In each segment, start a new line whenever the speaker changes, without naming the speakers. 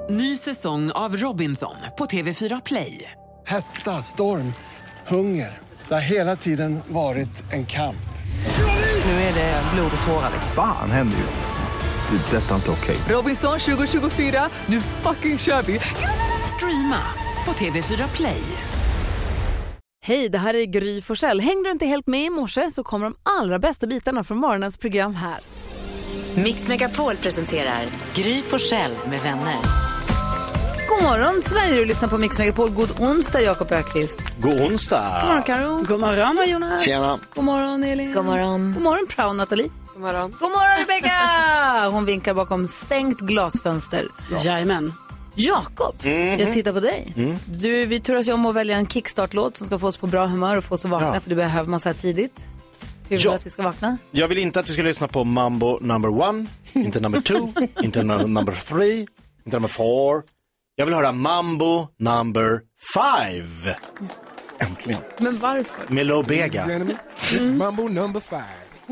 Ny säsong av Robinson på TV4 Play.
Hetta, storm, hunger. Det har hela tiden varit en kamp.
Nu är det blod och tårar.
Fan händer just nu. Det. Detta är inte okej.
Robinson 2024, nu fucking kör vi. Streama på TV4 Play.
Hej, det här är Gry Forssell. Hängde du inte helt med i morse så kommer de allra bästa bitarna från morgonens program här.
Mix Megapol presenterar Gry Forssell med vänner.
God morgon Sverige, du lyssnar på Mix Megapol. God onsdag Jakob Ökvist.
God onsdag.
God morgon Karo. God morgon Jonas.
Tjena.
God morgon Elin.
God morgon.
God morgon Prao Nathalie.
God morgon.
God morgon Rebecca. Hon vinkar bakom stängt glasfönster.
Jajamän.
Jakob, jag tittar på dig. Vi turas ju om att välja en kickstart-låt som ska få oss på bra humör och få oss att vakna, för det behöver man så här tidigt. Hur vill du att vi ska vakna?
Jag vill inte att vi ska lyssna på Mambo number 1, inte number 2, inte number 3, inte number 4. Jag vill höra Mambo number 5.
Äntligen.
Men varför?
Med Lobega.
This is Mambo number 5.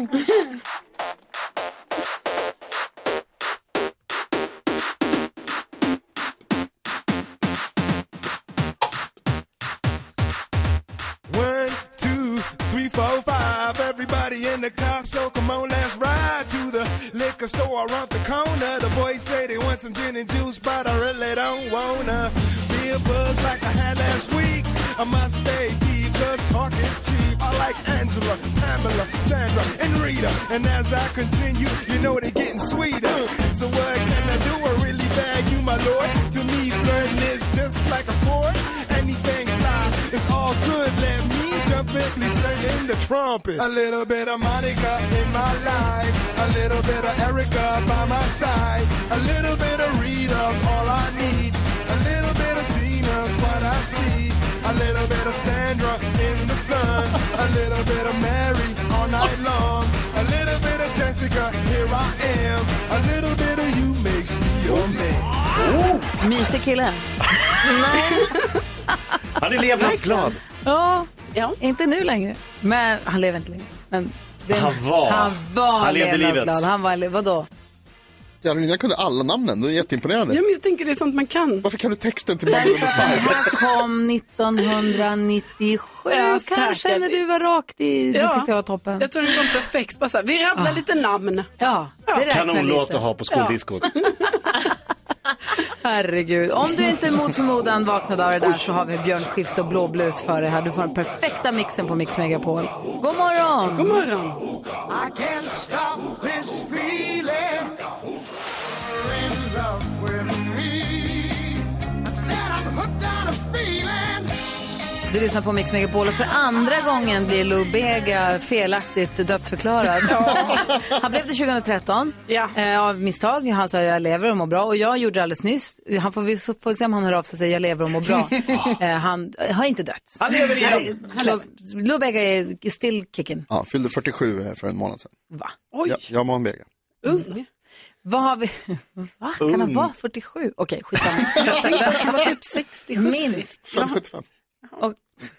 Everybody in the car, so come on, let's ride to the liquor store around the corner. The boys say they want some gin and juice, but I really don't wanna be a buzz like I had last week. I must stay deep, cause talk is cheap. I like Angela, Pamela, Sandra, and Rita. And as I continue, you know they're getting sweeter. So what can I do? I really bag you, my lord. To me, flirting is just like a sport. Anything fly, it's all good. Let me jump in, singing the trumpet. A little bit of Monica in my life. A little bit of Erica by my side. A little bit of Rita's all I need. A little bit of Tina's what I see. A little bit of Sandra in the sun. A little bit of Mary all night long. A little bit of Jessica, here I am. A little bit of you makes me your man.
Mysig kille. Nej.
Han är levnadsglad.
Ja, inte nu längre. Men han lever inte längre. Men
han var
levde
livet.
Han var, vadå?
Jag kunde alla namnen, det är jätteimponerande.
Ja, men jag tänker det är sånt man kan.
Varför kan du texten till Mambo number 5?
Han kom 1997.
Ja,
kanske när du var rakt i. Det tyckte jag var toppen.
Jag tror det kom perfekt. Bara så här, vi rabblar lite namn.
Ja, vi räknar
kanonlåt
lite.
att ha på skoldiskot.
Herregud. Om du inte mot förmodan vaknade av det där så har vi Björn Skifs och Blå Blues för dig här. Du får den perfekta mixen på Mix Megapol. God morgon!
God morgon!
I can't stop this feeling. In love with me. I said I'm hooked on a feeling.
Du lyssnar på Mix Megapol och för andra gången blir Lobega felaktigt dödsförklarad. Han blev det 2013 av misstag. Han sa jag lever och mår bra. Och jag gjorde det alldeles nyss. Han får se om han hör av sig och säger jag lever och mår bra. Han har inte dött.
Han lever igen.
Så Lobega är still kicking.
Ja, fyllde 47 för en månad sedan.
Va?
Oj.
Jag må en Bega.
Ung.
Vad har vi? Va? Kan han vara 47? Okej, skitsamma.
Jag tänkte att han var typ 60.
Minst.
Född 75.
Och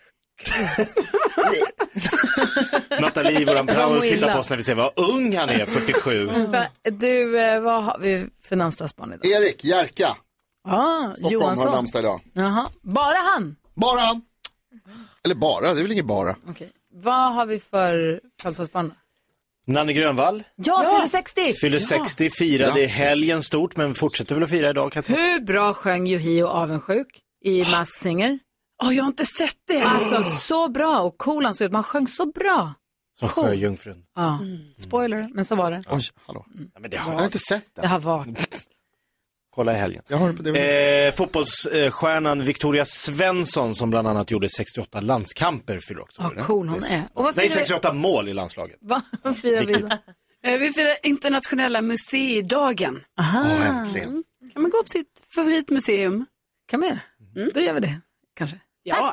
Nathalie, våran prao, tittar på oss när vi säger vad ung han är, 47.
Du, vad har vi för namnsdagsbarn idag?
Erik Jerka.
Stockholm
Johansson har namnsdag idag.
Jaha, bara han?
Bara han. Eller bara, det är väl inget bara.
Okej. Vad har vi för födelsedagsbarn?
Nanne Grönvall.
Ja, fyller 60.
Fyller 60, firade i helgen stort, men fortsätter väl att fira idag.
Hur bra sjöng Yohio Avundsjuk i Masked Singer?
Jag har inte sett det.
Alltså, så bra och cool han såg ut. Man sjöng så bra.
Som sjöjungfrun.
Ja, spoiler, men så var det.
Oj, hallå.
Ja, men
jag har inte sett det.
Det har varit.
Kolla i helgen.
Jag har det.
Fotbollsstjärnan Victoria Svensson som bland annat gjorde 68 landskamper fyller också.
Ja, cool hon är. Och
nej, 68 mål i landslaget.
Vad firar vi då?
Vi firar internationella museidagen.
Aha.
Äntligen.
Kan man gå på sitt favoritmuseum?
Kan man göra? Då gör vi det, kanske.
Ja.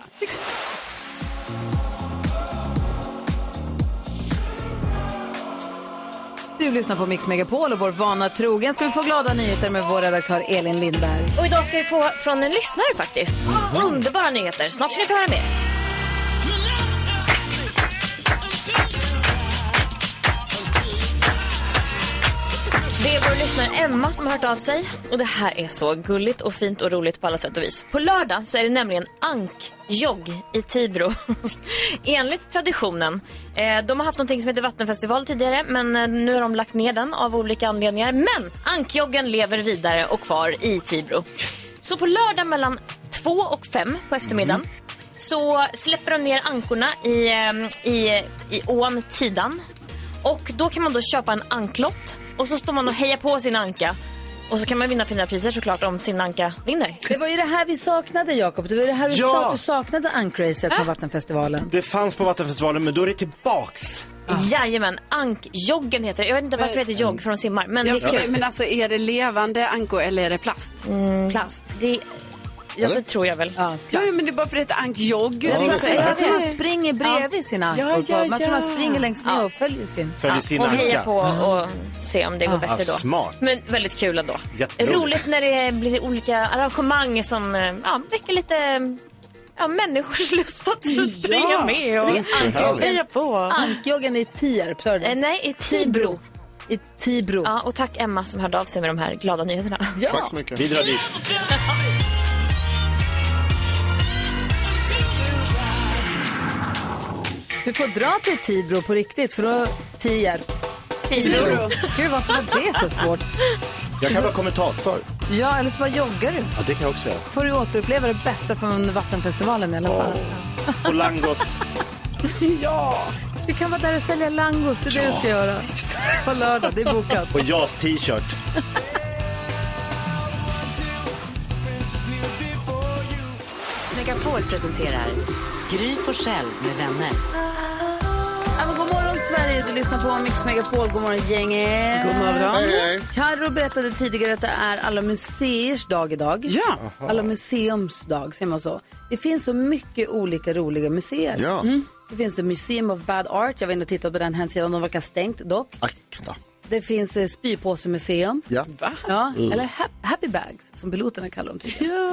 Du lyssnar på Mix Megapol och vår vana trogen ska vi få glada nyheter med vår redaktör Elin Lindberg.
Och idag ska vi få från en lyssnare faktiskt. Underbara nyheter. Snart ska ni få höra mer. Det är vår lyssnare Emma som har hört av sig. Och det här är så gulligt och fint och roligt på alla sätt och vis. På lördag så är det nämligen ankjogg i Tibro. Enligt traditionen. De har haft någonting som heter vattenfestival tidigare. Men nu har de lagt ner den av olika anledningar. Men ankjoggen lever vidare och kvar i Tibro. Yes. Så på lördag mellan 2 och 5 på eftermiddagen så släpper de ner ankorna i ån Tidan. Och då kan man då köpa en anklott. Och så står man och hejar på sin anka. Och så kan man vinna fina priser såklart om sin anka vinner.
Det var ju det här vi saknade, Jakob. Det var det här du sa att du saknade ankracet från Vattenfestivalen.
Det fanns på Vattenfestivalen, men då är det tillbaks.
Jajamän, ankjoggen heter det. Jag vet inte varför det heter jogg för de simmar. Men,
men alltså är det levande ankor eller är det plast?
Plast. Det tror jag väl.
Ja, men det är bara för att det heter ankjogg.
Jag tror man springer bredvid sin ankor. Man tror man springer längs med och följer sin
och hejar på och se om det går bättre då.
Smart.
Men väldigt kul ändå. Roligt när det blir olika arrangemang som väcker lite människors lust att springa med och heja på.
Ankjoggen i Tierp,
nej, i Tibro.
I Tibro.
Ja, och tack Emma som hörde av sig med de här glada nyheterna.
Ja. Tack så mycket.
Vi drar dit.
Du får dra till Tibro på riktigt, för då Tierp.
Tibro.
Gud, varför var det så svårt?
Jag kan vara kommentator.
Ja, eller så bara joggar du.
Ja, det kan jag också göra.
Får du återuppleva det bästa från Vattenfestivalen i alla fall.
Och langos.
Ja, du kan vara där och sälja langos. Det är det du ska göra. På lördag, det är bokat.
Och Jas t-shirt.
Megapol presenterar Gry Forssell med vänner.
God morgon Sverige, du lyssnar på Mix Megapol. God morgon gänget.
God morgon.
Hej.
Karo berättade tidigare att det är alla museers dag idag.
Ja.
Alla museumsdag, säger man så. Det finns så mycket olika roliga museer.
Ja.
Det finns det Museum of Bad Art. Jag var inne och tittade på den hemsidan. De verkar stängt dock.
Akta.
Det finns spypåsemuseum.
Ja.
Va?
Ja, eller happy bags som piloterna kallar dem.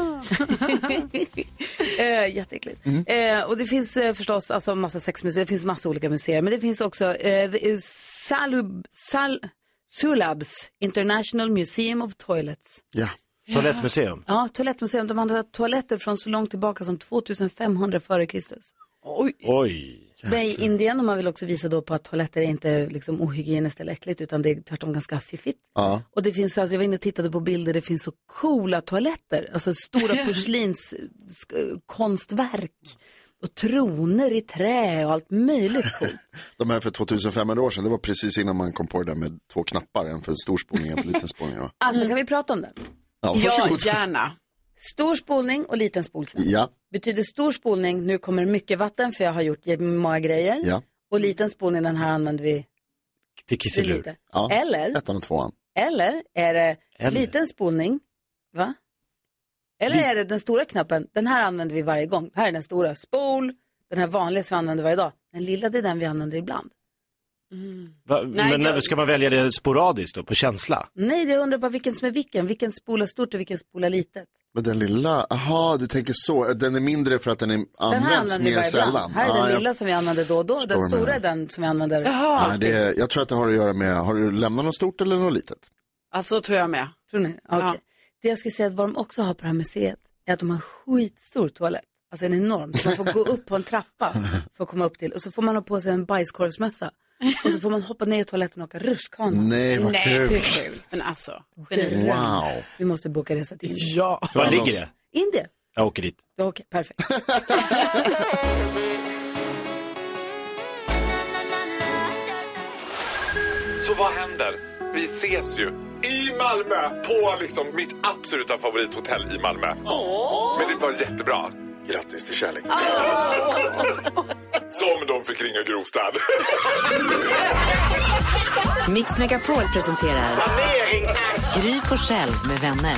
Ja. Jätteäckligt. Och det finns förstås alltså massa sexmuseer. Det finns massa olika museer. Men det finns också Sulabs International Museum of Toilets.
Ja.
Toalettmuseum.
Ja, toalettmuseum. De hade toaletter från så långt tillbaka som 2500 före Kristus.
Oj.
Det är i Indien, och man vill också visa då på att toaletter är inte liksom ohygieniskt eller äckligt, utan det är tvärtom ganska fiffigt.
Ja.
Och det finns, alltså jag var inne och tittade på bilder, det finns så coola toaletter, alltså stora porslinskonstverk och troner i trä och allt möjligt coolt.
De här för 2500 år sedan, det var precis innan man kom på det där med 2 knappar, en för stor spolning och en för liten spolning. Ja.
Alltså kan vi prata om den?
Ja,
Ja, gärna.
Stor spolning och liten spolknapp.
Ja.
Betyder stor spolning, nu kommer mycket vatten för jag har gjort många grejer.
Ja.
Och liten spolning, den här använder vi
till kisselur.
lite.
Ja.
Eller,
1 och 2.
eller är det liten spolning, va? Eller är det den stora knappen, den här använder vi varje gång. Här är den stora, spol, den här vanliga som vi använder varje dag. Den lilla, det är den vi använder ibland.
Men ska man välja det sporadiskt då, på känsla?
Nej, jag undrar bara vilken som är vilken spolar stort och vilken spolar litet.
Men den lilla, aha, du tänker så, den är mindre för att den används mer sällan.
Här är den lilla som vi använder då och då, den stora är den som vi använder.
Ja, jag tror att det har att göra med, har du lämnat något stort eller något litet?
Ja, så tror jag med.
Tror ni? Okay. Ja. Det jag skulle säga att vad de också har på det här museet är att de har skitstor toalett. Alltså en enorm. Så man får gå upp på en trappa för att komma upp till. Och så får man ha på sig en bajskorvsmössa. Och så får man hoppa ner i toaletten och åka rutschkana.
Nej, vad kul.
Det är kul.
Men alltså,
wow.
Vi måste boka resa till Indien.
Ja.
Var ligger det?
Indien.
Jag åker dit.
Okej, perfekt.
Så vad händer? Vi ses ju i Malmö på liksom mitt absoluta favorithotell i Malmö. Men det var jättebra.
Grattis till kärlek.
Som de fick ringa Grostad.
Mix Megapol presenterar Gry Forssell med vänner.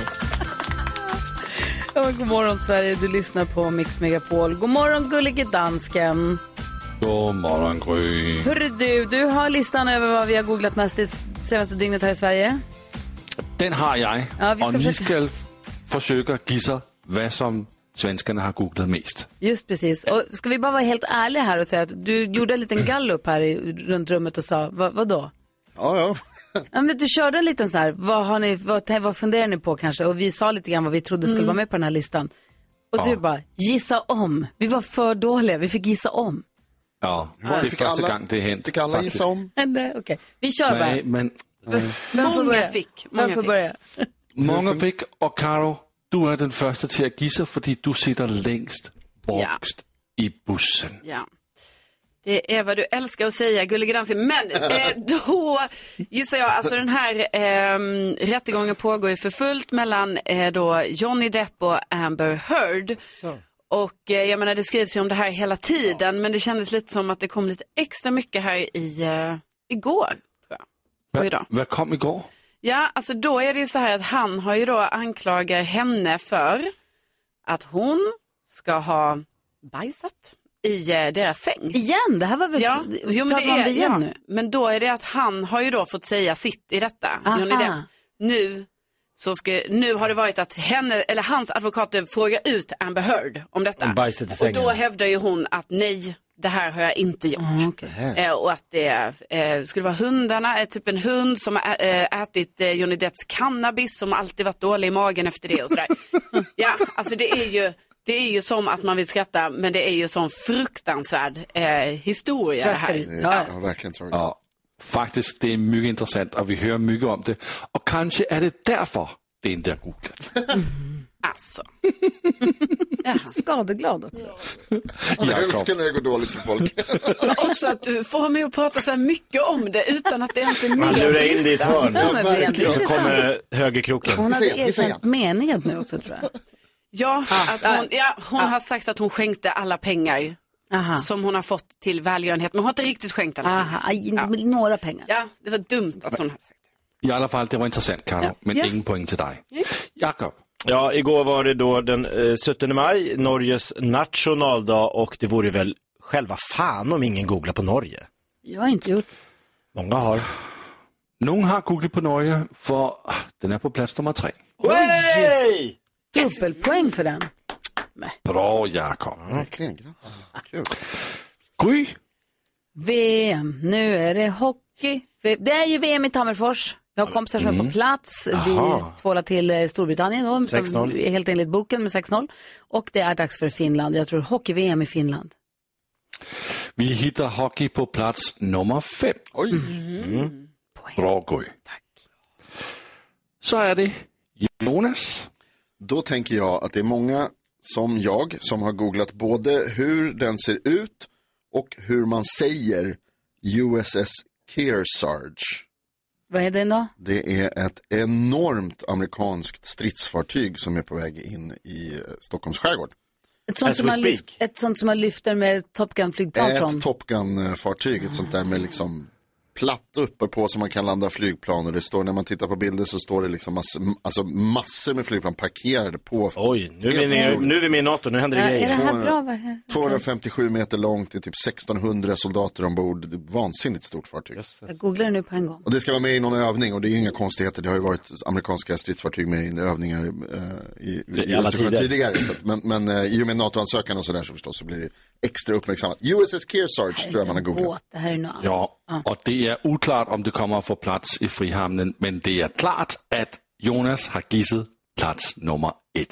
God morgon Sverige, du lyssnar på Mix Megapol. God morgon gullige dansken.
God morgon Gry.
Hörru du har listan över vad vi har googlat mest det senaste dygnet här i Sverige.
Den har jag.
Ja,
och ni ska försöka gissa vad som svenskarna har googlat mest.
Just precis. Och ska vi bara vara helt ärliga här och säga att du gjorde en liten gallup här runt rummet och sa, vad då?
Ja.
Ja, men du körde en liten så här, vad funderar ni på kanske? Och vi sa lite grann vad vi trodde skulle vara med på den här listan. Och du bara, gissa om. Vi var för dåliga, vi fick gissa om.
Ja, det är första gången det hänt.
Fick alla gissa om?
Okej, vi kör bara.
Nej, men...
Många fick.
Många fick, och Karo, du är den första till att gissa, för du sitter längst bakst i bussen.
Ja. Det är vad du älskar att säga, gullige dansken. Men då gissar jag, alltså den här rättegången pågår ju för fullt mellan då Johnny Depp och Amber Heard. Och jag menar, det skrivs ju om det här hela tiden, men det kändes lite som att det kom lite extra mycket här igår, tror jag. Och idag.
Vad kom igår?
Ja, alltså då är det ju så här att han har ju då anklagar henne för att hon ska ha bajsat i deras säng.
Igen? Det här var väl...
Ja, jo, men det är
igen nu.
Men då är det att han har ju då fått säga sitt i detta. Johnny Depp. Nu har det varit att hans advokater frågar ut Amber Heard om detta. Och då hävdar ju hon att nej, det här har jag inte gjort. Och att det skulle vara hundarna, typ en hund som har ätit Johnny Depps cannabis, som alltid varit dålig i magen efter det och sådär. Ja, alltså det är ju som att man vill skratta, men det är ju som fruktansvärd historia det här.
Ja, verkligen tragiskt.
Ja, faktiskt, det är mycket intressant och vi hör mycket om det. Och kanske är det därför det inte är googlat.
Alltså.
Skadeglad också.
Jag älskar när det går dåligt för folk.
Också att du får mig att prata så här mycket om det utan att det ens är med.
Man lurar in det i ett hörn.
Ja,
så kommer högerkroken.
Hon hade erkänt meningen nu också, tror jag.
Ja, hon har sagt att hon skänkte alla pengar som hon har fått till välgörenhet. Men hon har inte riktigt skänkt alla pengar.
Några pengar.
Ja, det var dumt att hon har sagt det.
I alla fall, det var intressant, Karo. Men ingen poäng till dig. Jakob.
Ja, igår var det då den 17 maj, Norges nationaldag, och det vore väl själva fan om ingen googlar på Norge.
Jag har inte gjort.
Många har.
Någon har googlat på Norge, för den är på plats nummer 3.
Oj!
Dubbelpoäng för den.
Bra, Jakob.
Verkligen, grattis. Kul.
Gry.
VM, nu är det hockey. Det är ju VM i Tammerfors. Jag har kompisar som är på plats. Vi tvålar till Storbritannien då, 6-0. Helt enligt boken med 6-0. Och det är dags för Finland. Jag tror hockey-VM i Finland.
Vi hittar hockey på plats nummer 5.
Oj.
Bra, Gry.
Tack.
Så är det Jonas.
Då tänker jag att det är många som jag som har googlat både hur den ser ut och hur man säger USS Kearsarge.
Vad är det då?
Det är ett enormt amerikanskt stridsfartyg som är på väg in i Stockholms skärgård.
Ett sånt som man lyfter med Top Gun-flygplan från?
Ett Top Gun-fartyg, ett sånt där med liksom platt uppe på som man kan landa flygplan, och det står, när man tittar på bilder så står det liksom massor med flygplan parkerade på.
Oj, nu är vi med i NATO, nu händer det grejer.
Är det här bra?
257 meter långt, det är typ 1600 soldater ombord, det är vansinnigt stort fartyg.
Jag googlar det nu på en gång.
Och det ska vara med i någon övning, och det är inga konstigheter, det har ju varit amerikanska stridsfartyg med i övningar i alla tidigare. Så att, men i och med NATO-ansökan och sådär så förstås så blir det extra uppmärksammat. USS Kearsarge tror jag man har googlat.
Det här är något.
Ja, och det är oklart om det kommer att få plats i Frihamnen, men det är klart att Jonas har gissat plats nummer 1.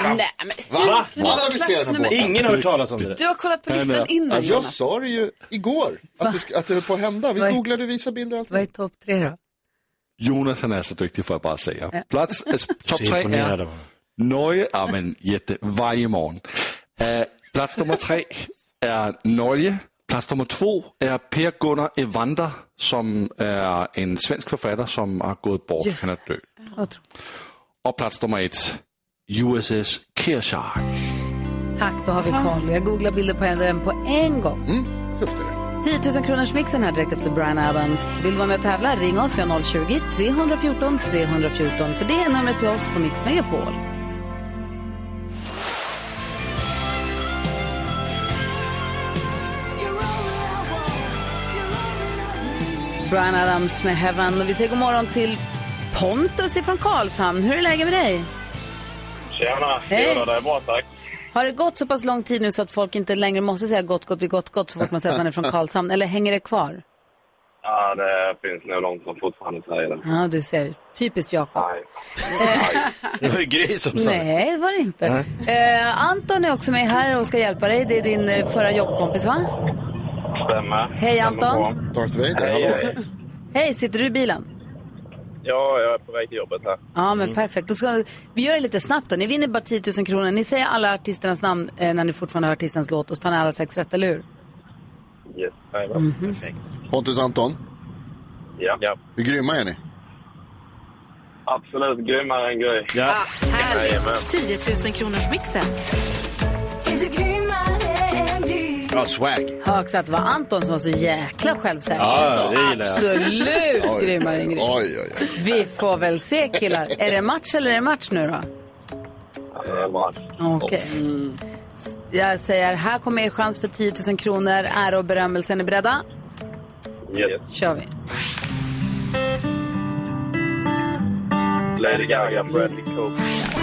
Va?
Ingen
har hört talas om det.
Du har kollat på listan innan.
Jag sa det ju igår att det höll på att hända. Vi googlade och visade bilder.
Vad är topp 3 då?
Jonas, han är så duktig för att bara säga. Plats topp 3 är Norge. Ja, men varje morgon. Plats nummer 3 är Norge. Plats nummer 2 är Per Gunnar Evander, som är en svensk författare som har gått bort. Han är död. Och plats nummer 1, USS Kearsarge.
Tack, då har vi koll. Jag googlar bilder på den på en gång.
Tufft är det.
10 000 kronors mixen här direkt efter Bryan Adams. Vill du vara med och tävla? Ring oss, vi har 020-314 314. För det är numret till oss på Mix Megapol. Bryan Adams med Heaven. Och vi säger god morgon till Pontus ifrån Karlshamn. Hur är läget med dig?
Tjena,
hej.
Det är bra, tack.
Har det gått så pass lång tid nu så att folk inte längre måste säga gott så fort man säger att man är från Karlshamn? Eller hänger det kvar?
Ja, det finns nog de som fortfarande säger det.
Ja, du ser. Typiskt Jakob.
Det var ju Gry som sa.
Nej, det var det inte. Anton är också med här och ska hjälpa dig. Det är din förra jobbkompis, va?
Stämmer.
Hej Anton.
Darth Vader, hallå.
Hej, sitter du i bilen?
Ja, jag är på väg till jobbet här.
Ja, men perfekt. Då ska vi gör det lite snabbt då. Ni vinner bara 10 000 kronor. Ni säger alla artisternas namn när ni fortfarande hör artistens låt. Och så tar ni alla 6 rätt, eller hur?
Yes,
perfekt.
Pontus Anton?
Ja.
Hur grymma är ni?
Absolut, grymmare än Gry.
Ja.
Härligt. 10 000 kronors mixen.
Bra swag.
Högst att det var Anton som var så jäkla självsäker.
Ja, det gillar jag.
Absolut grymmare än Gry.
Oj.
Vi får väl se, killar. Är det match eller är det match nu då?
Match.
Okej. Jag säger, här kommer er chans för 10 000 kronor. Ära och berömmelse. Är ni beredda?
Yes.
Kör vi.
Lady Gaga, Bradley Cooper.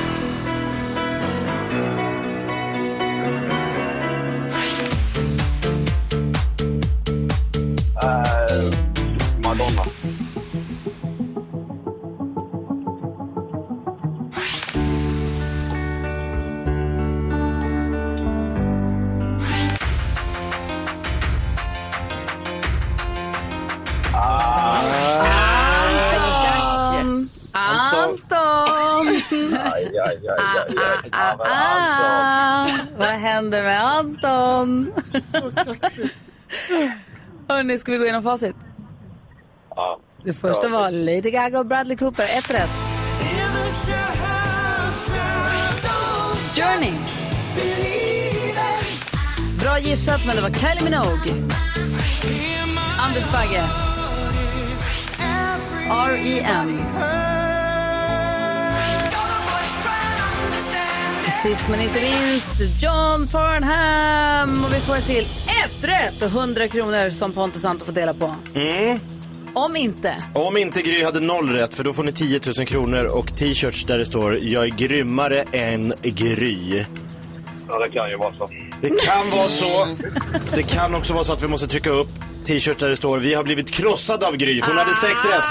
Madonna.
Anton! Vad händer med Anton?
Så kaxigt.
Hörrni, ska vi gå igenom facit?
Ja.
Det första var Lady Gaga och Bradley Cooper. 1 rätt. Journey. Bra gissat, men det var Kylie Minogue. Anders Bagge. R.E.M. Sist men inte minst John Farnham. Och vi får till 1 rätt och 100 kronor som Pontus Anton får dela på. Om inte
Gry hade 0 rätt, för då får ni 10 000 kronor och t-shirts där det står jag är grymmare än Gry.
Ja, det kan ju vara så.
Det kan vara så. Det kan också vara så att vi måste trycka upp t-shirt där det står vi har blivit krossade av Gry. Hon hade 6 rätt.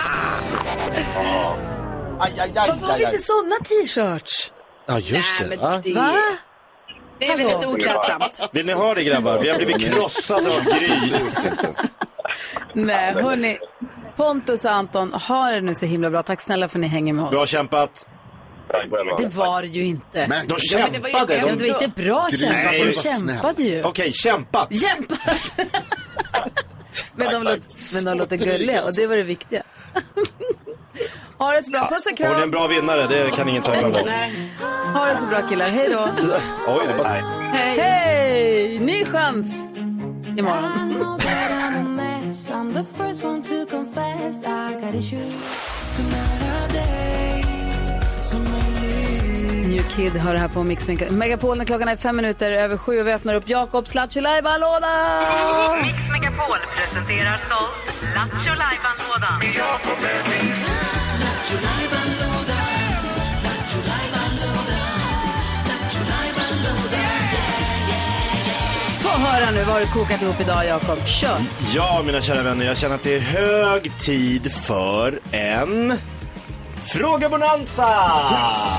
Vad var det inte sådana t-shirts?
Ja, just det.
Va?
Det är väl lite oklädsamt.
Vill ni ha det, grabbar? Vi har blivit krossade av Gry.
Nej, hörni. Pontus och Anton, har det nu så himla bra. Tack snälla för att ni hänger med oss.
Bra kämpat.
Det var det ju inte.
Men de kämpade.
Det var inte bra kämpat. De kämpade ju.
Okej, kämpat.
Men de låter gulliga och det var det viktiga. Ha det så bra. Puss och kram.
Och det är en bra vinnare, det kan ingen ta ifrån dem.
Ha det så bra, killar. Hej då.
Oj, det bara...
Hej. Ny chans imorgon. New Kid hör det här på Mix Megapol när klockan är 5 minuter över 7 och vi öppnar upp Jakobs Lattjo Lajban-låda.
Mix Megapol presenterar stolt Lattjo Lajban-lådan.
Få höra nu, vad har du kokat ihop idag, Jakob? Kör!
Ja, mina kära vänner, jag känner att det är hög tid för en frågebonanza! Yes.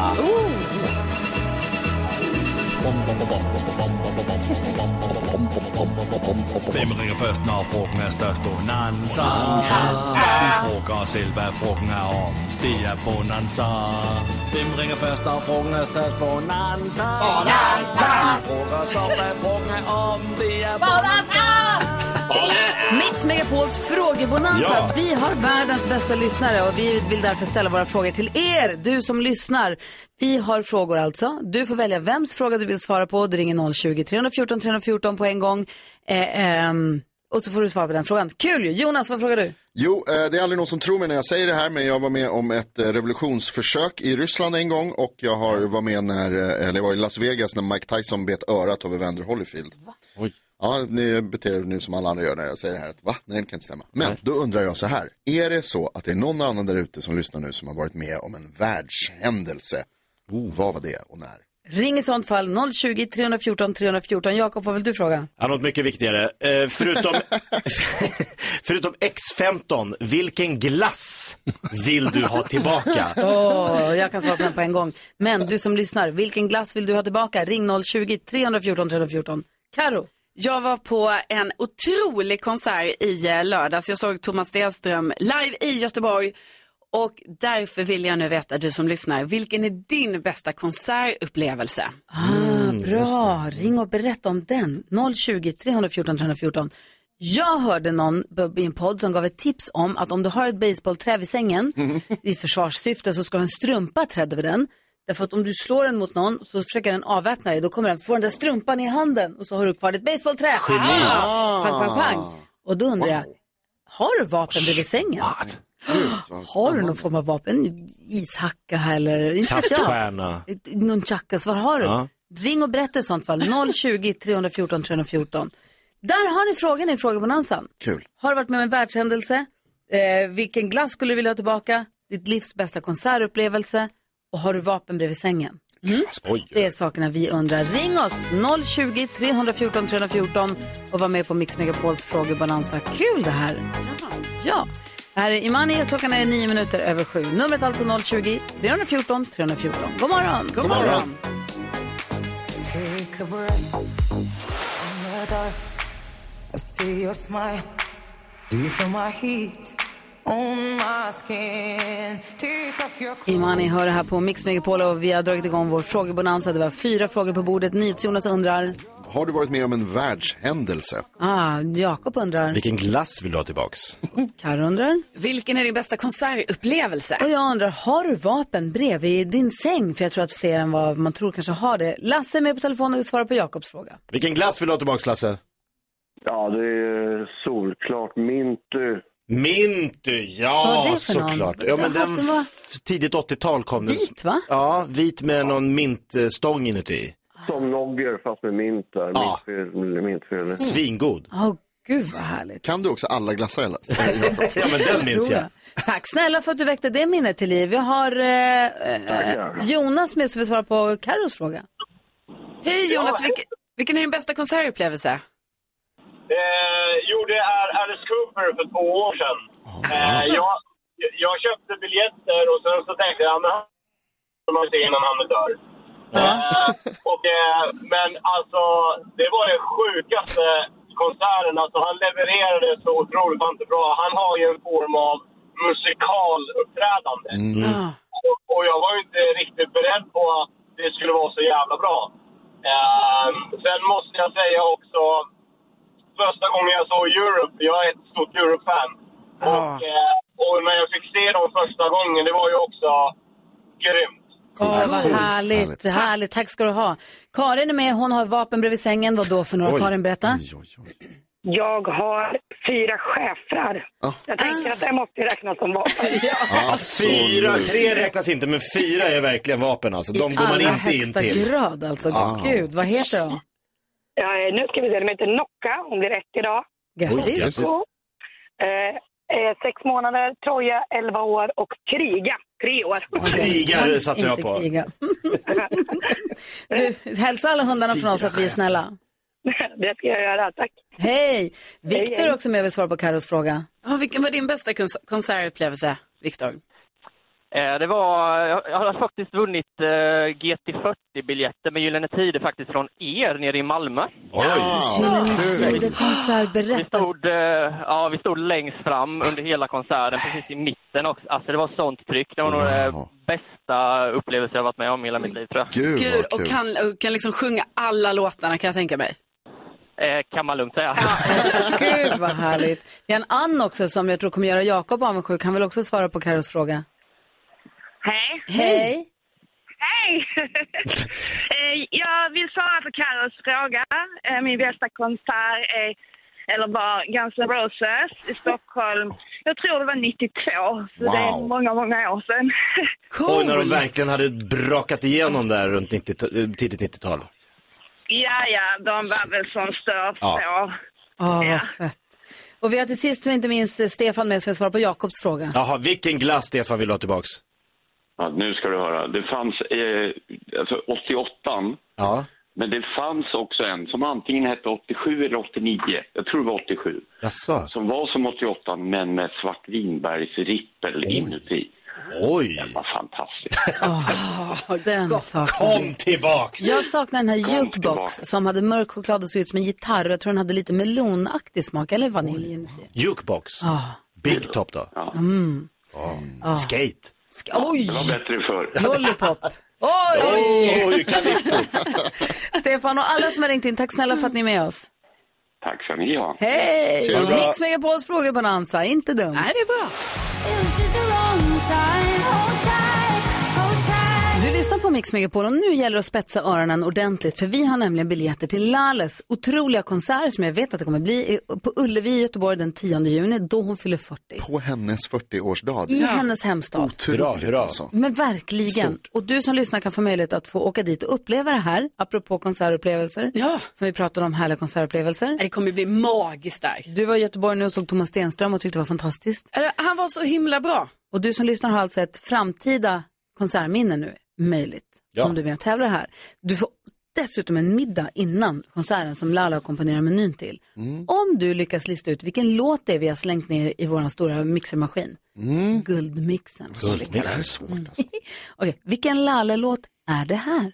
Hvem ringer først, når frugten er størst? Bonanza. Vi frågar os selv, hvad frugten er om. Det er Bonanza. Hvem ringer først, når frugten er størst? Bonanza. Vi frågar os om, hvad frugten er om. Det er Bonanza.
Mix Megapols frågebonanza. Ja. Vi har världens bästa lyssnare och vi vill därför ställa våra frågor till er, du som lyssnar. Vi har frågor alltså. Du får välja vems fråga du vill svara på. Du ringer 020-314 314 på en gång. Och så får du svara på den frågan. Kul ju. Jonas, vad frågar du?
Jo, det är aldrig någon som tror mig när jag säger det här, men jag var med om ett revolutionsförsök i Ryssland en gång och jag var med jag var i Las Vegas när Mike Tyson bet örat av Evander Holyfield.
Va? Oj.
Ja, ni beter er nu som alla andra gör när jag säger det här. Va? Nej, det kan inte stämma. Men då undrar jag så här. Är det så att det är någon annan där ute som lyssnar nu som har varit med om en världshändelse? Vad var det och när?
Ring i sånt fall 020-314 314. Jakob, vad vill du fråga?
Ja, något mycket viktigare. Förutom X15, vilken glass vill du ha tillbaka?
Jag kan svara på den på en gång. Men du som lyssnar, vilken glass vill du ha tillbaka? Ring 020-314 314. Karo?
Jag var på en otrolig konsert i lördags. Jag såg Thomas Stenström live i Göteborg. Och därför vill jag nu veta, du som lyssnar, vilken är din bästa konsertupplevelse?
Bra. Ring och berätta om den. 020-314 314. Jag hörde någon i en podd som gav ett tips om att om du har ett baseballträ vid sängen i försvarssyfte så ska du ha en strumpa trädd över den. Därför att om du slår den mot någon så försöker den avväpna dig. Då kommer den få den där strumpan i handen och så har du kvar ditt baseballträ. Pang. Och då undrar jag, har du vapen bredvid sängen? Har du någon form av vapen? Ishacka eller
kaststjärna?
Någon chackas, vad har du? Ja. Ring och berätta i sånt fall. 020-314 314. Där har ni frågan i frågebonanzan.
Kul.
Har du varit med om en världshändelse? Vilken glass skulle du vilja ha tillbaka? Ditt livs bästa konsertupplevelse? Och har du vapen bredvid sängen? Det är sakerna vi undrar. Ring oss 020-314 314 och var med på Mix Megapols frågebonanza. Kul det här. Ja. Här är Imani och klockan är 7:09. Numret alltså 020-314 314. God morgon.
God morgon.
Take a breath. I see your smile. Do you feel my heat on my skin? Take off your clothes.
Imani hör det här på Mix Megapol och vi har dragit igång vår frågebonanza. Det var 4 frågor på bordet. NyhetsJonas undrar:
har du varit med om en världshändelse?
Jakob undrar:
vilken glass vill du ha tillbaks?
Karo undrar:
vilken är din bästa konsertupplevelse?
Och jag undrar, har du vapen bredvid din säng? För jag tror att fler än vad man tror kanske har det. Lasse är med på telefonen och vill svara på Jakobs fråga.
Vilken glass vill du ha tillbaks, Lasse?
Ja, det är solklart Minty.
Minty, ja, såklart. Ja, men den tidigt 80-tal kom den.
Vit, va?
Ja, vit med någon mintstång inuti.
Som Nogger fast med mint där.
Ja.
Mintfyll.
Svingod.
Gud vad härligt.
Kan du också alla glassar eller?
Ja, men den minns jag.
Tack snälla för att du väckte det minnet till liv. Jag har Jonas med som vill svara på Karos fråga.
Hej Jonas, vilken är din bästa konsertupplevelse?
Jo, det är Alice Cooper för 2 år sedan. Jag köpte biljetter och sen så tänkte jag, men man ser innan han är dör. Men alltså, det var den sjukaste konserten. Alltså, han levererade så otroligt bra. Han har ju en form av musikaluppträdande. Och jag var ju inte riktigt beredd på att det skulle vara så jävla bra. Sen måste jag säga också, första gången jag såg Europe, jag är ett stort Europe-fan. Och när jag fick se dem första gången, det var ju också grymt.
Vad härligt. Tack ska du ha. Karin är med, hon har vapen bredvid sängen. Vad då för några? Karin, berätta.
Jag har 4 schäfrar. Jag tänker att det måste räknas som vapen.
3 räknas inte, men 4 är verkligen vapen. Alltså. De går man inte in till.
I allra högsta grad alltså. Gud, vad heter de?
Nu ska vi se, de heter Nocca, om det är rätt idag.
Grattis.
6 månader, Troja, 11 år och Kriga, 3 år.
Krigar satsar jag på.
Du, hälsa alla hundarna från oss att vi är snälla.
Det ska jag göra, tack.
Hej! Viktor också med att svara på Karos fråga.
Vilken var din bästa konsertupplevelse, Viktor?
Det var, jag har faktiskt vunnit GT40-biljetter med Gyllene Tider faktiskt från er nere i Malmö.
Gyllene Tider-konsert, berätta.
Vi stod längst fram under hela konserten, precis i mitten också. Alltså det var sånt tryck. Det var nog det bästa upplevelse jag varit med om i hela mitt liv, tror jag.
Gud, och kan liksom sjunga alla låtarna, kan jag tänka mig.
Kan man lugnt säga.
Gud, vad härligt. Vi har en Ann också som jag tror kommer göra Jakob avundsjuk. Han vill också svara på Karos fråga.
Hej. Jag vill svara på Karos fråga. Min bästa konsert var Guns N' Roses i Stockholm. Jag tror det var 92, så det är många år sedan.
Och när de verkligen hade brakat igenom där runt tidigt 90-tal.
Ja, de var väl som störst då.
Vad fett. Och vi har till sist men inte minst Stefan med som svarar på Jakobs fråga.
Jaha, vilken glass Stefan vill ha tillbaks?
Ja, nu ska du höra. Det fanns alltså 88.
Ja.
Men det fanns också en som antingen hette 87 eller 89. Jag tror det var 87.
Jaså?
Som var som 88 men med svartvinbärsrippel inuti.
Oj!
Den var fantastisk.
Den saknar
Kom tillbaks!
Jag saknar den här jukebox som hade mörk choklad och såg ut som en gitarr. Jag tror den hade lite melonaktig smak eller vanilj.
Jukebox? Big Top då? Skate?
Oj!
Det var bättre förr.
Lollipop. Oj! Stefan och alla som har ringt in, tack snälla för att ni är med oss.
Tack ska ni ha.
Hej! Mix Megapols frågebonanza, inte dumt.
Nej, det är bra.
Du lyssnar på Mix Megapol och nu gäller det att spetsa öronen ordentligt. För vi har nämligen biljetter till Lales otroliga konsert som jag vet att det kommer bli på Ullevi i Göteborg den 10 juni då hon fyller 40.
På hennes 40-årsdag.
I hennes hemstad.
Otroligt alltså.
Men verkligen. Stort. Och du som lyssnar kan få möjlighet att få åka dit och uppleva det här. Apropå konsertupplevelser.
Ja.
Som vi pratade om, härliga konsertupplevelser.
Det kommer bli magiskt där.
Du var i Göteborg nu och såg Thomas Stenström och tyckte det var fantastiskt.
Han var så himla bra.
Och du som lyssnar har alltså ett framtida konsertminne nu. Möjligt. Ja. Om du vill tävla här. Du får dessutom en middag innan konserten som Lala komponerar menyn till. Om du lyckas lista ut vilken låt det är vi har slängt ner i våran stora mixermaskin. Guldmixen.
Det är svårt alltså.
Okej, vilken Lala-låt är det här?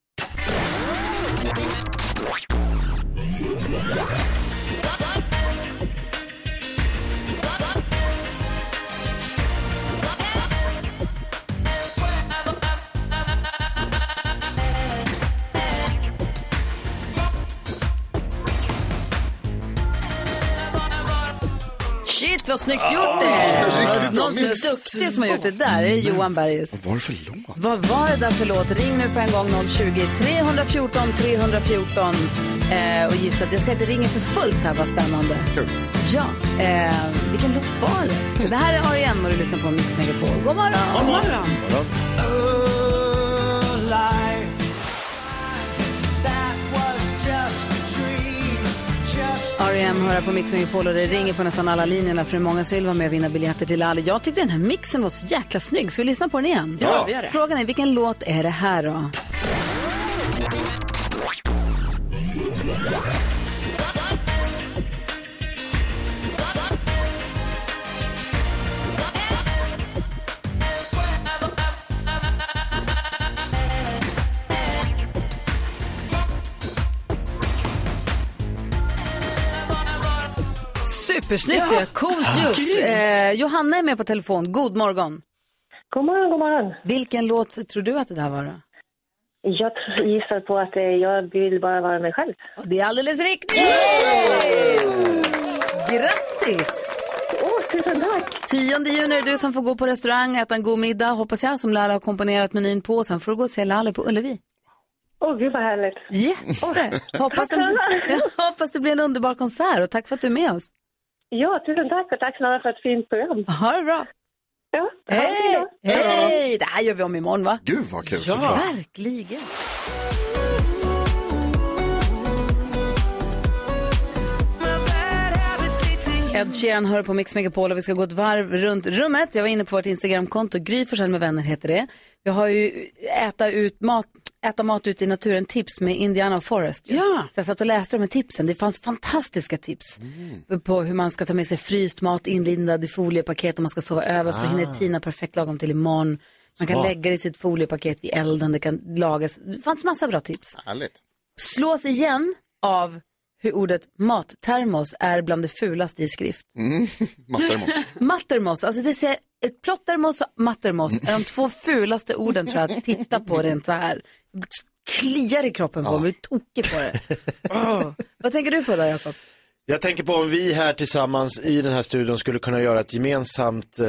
Shit, vad snyggt gjort det! Någon som är duktig som har gjort det där är Johan Berges.
Vad var det för låt?
Vad var det där för låt? Ring nu på en gång 020-314 314 och gissa att jag ser att det ringer för fullt här, vad spännande.
Kul.
Ja, vilken låt var det? Det här är R.E.M. och du lyssnar på Mix Megapol. God morgon!
God morgon!
R.E.M. hör på Mix Megapol och det ringer på nästan alla linjerna för många som vill vara med och vinna biljetter till alla. Jag tyckte den här mixen var så jäkla snygg. Ska vi lyssna på den igen?
Ja, vi gör det.
Frågan är, vilken låt är det här då? Supersnyggt, ja. Coolt gjort. Johanna är med på telefon. God morgon.
God morgon, god morgon.
Vilken låt tror du att det där var då?
Jag gissar på att jag vill bara vara mig själv.
Och det är alldeles riktigt! Grattis!
Tusen tack!
10 juni är det du som får gå på restaurang, äta en god middag, hoppas jag, som Lala har komponerat menyn på. Sen får du gå och se Lala på Ullevi.
Gud vad härligt.
Hoppas det blir en underbar konsert och tack för att du är med oss.
Ja, tusen tack och tack snälla för ett fint program.
Ha det bra.
Ja,
hej! Det här gör vi om imorgon, va?
Gud vad kul.
Ja, verkligen. Ed Sheeran hör på Mix Megapol och vi ska gå ett varv runt rummet. Jag var inne på vårt Instagramkonto, Gry Forssell med vänner heter det. Vi har ju äta mat ute i naturen, tips med Indiana och Forrest.
Ja.
Så jag satt och läste de här tipsen. Det fanns fantastiska tips på hur man ska ta med sig fryst mat inlindad i foliepaket om man ska sova över för att hinna tina perfekt lagom till imorgon. Man kan lägga det i sitt foliepaket vid elden, det kan lagas. Det fanns massa bra tips.
Härligt.
Slås igen av hur ordet mattermos är bland det fulaste i skrift.
Mattermos.
Mattermos, alltså det ser ett plottermos och mattermos är de två fulaste orden tror jag att titta på rent så här. Kliar i kroppen på mig, blir tokig på det. Vad tänker du på där, Jakob?
Jag tänker på om vi här tillsammans i den här studion skulle kunna göra ett gemensamt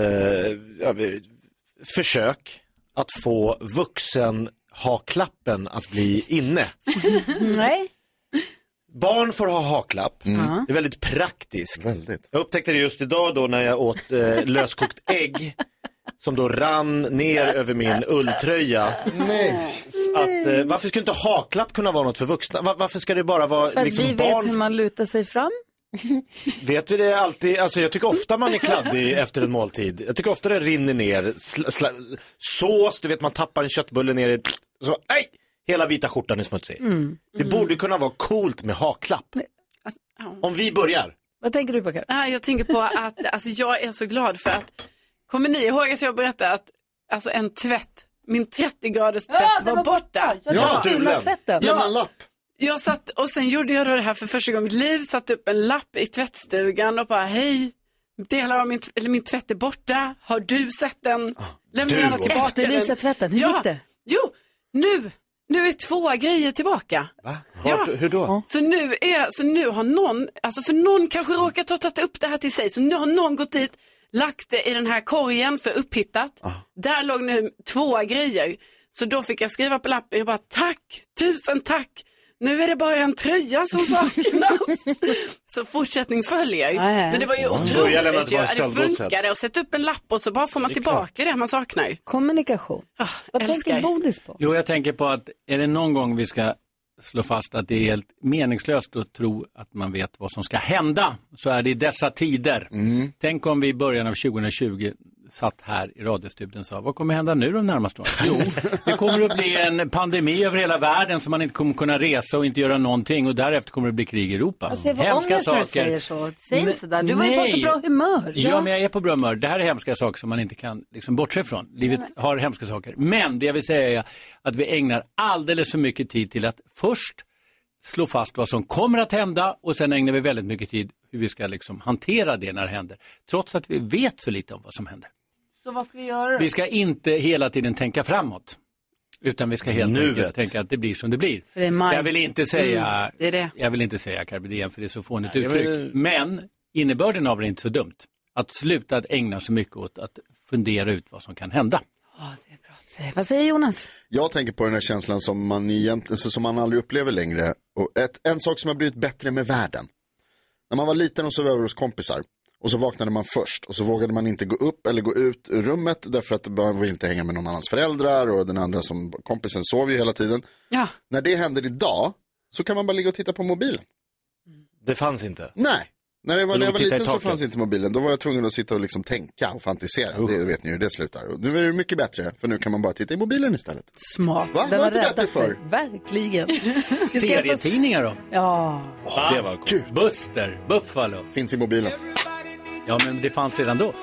försök att få vuxen ha-klappen att bli inne.
Nej.
Barn får ha haklapp. Det är väldigt praktiskt.
Väldigt.
Jag upptäckte det just idag då när jag åt löskokt ägg som då rann ner över min ulltröja.
Nej.
Att, varför skulle inte haklapp kunna vara något för vuxna? Varför ska det bara vara
för
liksom
vi
barn?
vet hur man lutar sig fram.
Vet vi det alltid? Alltså jag tycker ofta man är kladdig efter en måltid. Jag tycker ofta det rinner ner. Sås, du vet man tappar en köttbulle ner i... Så, nej! Hela vita skjortan är smutsig. Det borde kunna vara coolt med haklapp.
Alltså,
om vi börjar.
Vad tänker du på, Karin?
Jag tänker på att alltså, jag är så glad för att kommer ni ihåg att jag berättade att alltså, en tvätt, min 30-graders tvätt var borta. Jag satt och sen gjorde jag då det här för första gången i mitt liv, satt upp en lapp i tvättstugan och bara hej, delar av min tvätt är borta. Har du sett den? Lämna gärna tillbaka
Efterlysa tvätten. Hur gick det?
Jo, nu är 2 grejer tillbaka.
Va? Hur då?
Så nu har någon, alltså för någon kanske råkat ha tagit upp det här till sig. Så nu har någon gått dit, lagt det i den här korgen för upphittat. Där låg nu 2 grejer. Så då fick jag skriva på lappen, jag bara tack, 1000 tack. Nu är det bara en tröja som saknas. Så fortsättning följer. Men det var ju otroligt. Det funkade att sätta upp en lapp och så bara får man tillbaka det man saknar.
Kommunikation. Vad tänker Bodis på?
Jo, jag tänker på att är det någon gång vi ska slå fast att det är helt meningslöst att tro att man vet vad som ska hända, så är det i dessa tider. Tänk om vi i början av 2020 satt här i radiostudion och sa, vad kommer hända nu de närmaste åren? Jo, det kommer att bli en pandemi över hela världen så man inte kommer kunna resa och inte göra någonting, och därefter kommer det bli krig i Europa.
Alltså, hemska saker. Säger så. Säg inte sådär. Du var ju på så bra humör.
Ja, men jag är på bra humör. Det här är hemska saker som man inte kan liksom bortse från. Livet har hemska saker. Men det jag vill säga är att vi ägnar alldeles för mycket tid till att först slå fast vad som kommer att hända, och sen ägnar vi väldigt mycket tid hur vi ska liksom hantera det när det händer. Trots att vi vet så lite om vad som händer.
Så vad ska vi göra?
Vi ska inte hela tiden tänka framåt. Utan vi ska helt enkelt tänka att det blir som det blir.
För det är
jag vill inte säga
det är det.
Jag vill inte säga carpe diem, för det är så fånigt uttryck. Men innebörden av det är inte så dumt. Att sluta att ägna så mycket åt att fundera ut vad som kan hända.
Det är bra att säga. Vad säger Jonas?
Jag tänker på den här känslan som man egentligen, som man aldrig upplever längre. Och en sak som har blivit bättre med världen. När man var liten och sov över hos kompisar. Och så vaknade man först och så vågade man inte gå upp eller gå ut ur rummet därför att man vill inte hänga med någon annans föräldrar, och den andra som kompisen sov ju hela tiden.
Ja.
När det händer idag så kan man bara ligga och titta på mobilen.
Det fanns inte?
Nej. När jag var liten så fanns inte mobilen. Då var jag tvungen att sitta och liksom tänka och fantisera. Det vet ni hur det slutar. Och nu är det mycket bättre, för nu kan man bara titta i mobilen istället.
Smart.
Va? Det var inte bättre för.
Verkligen.
Serietidningar då?
Ja.
Det var coolt. Buster, Buffalo.
Finns i mobilen.
Ja, men det fanns redan då.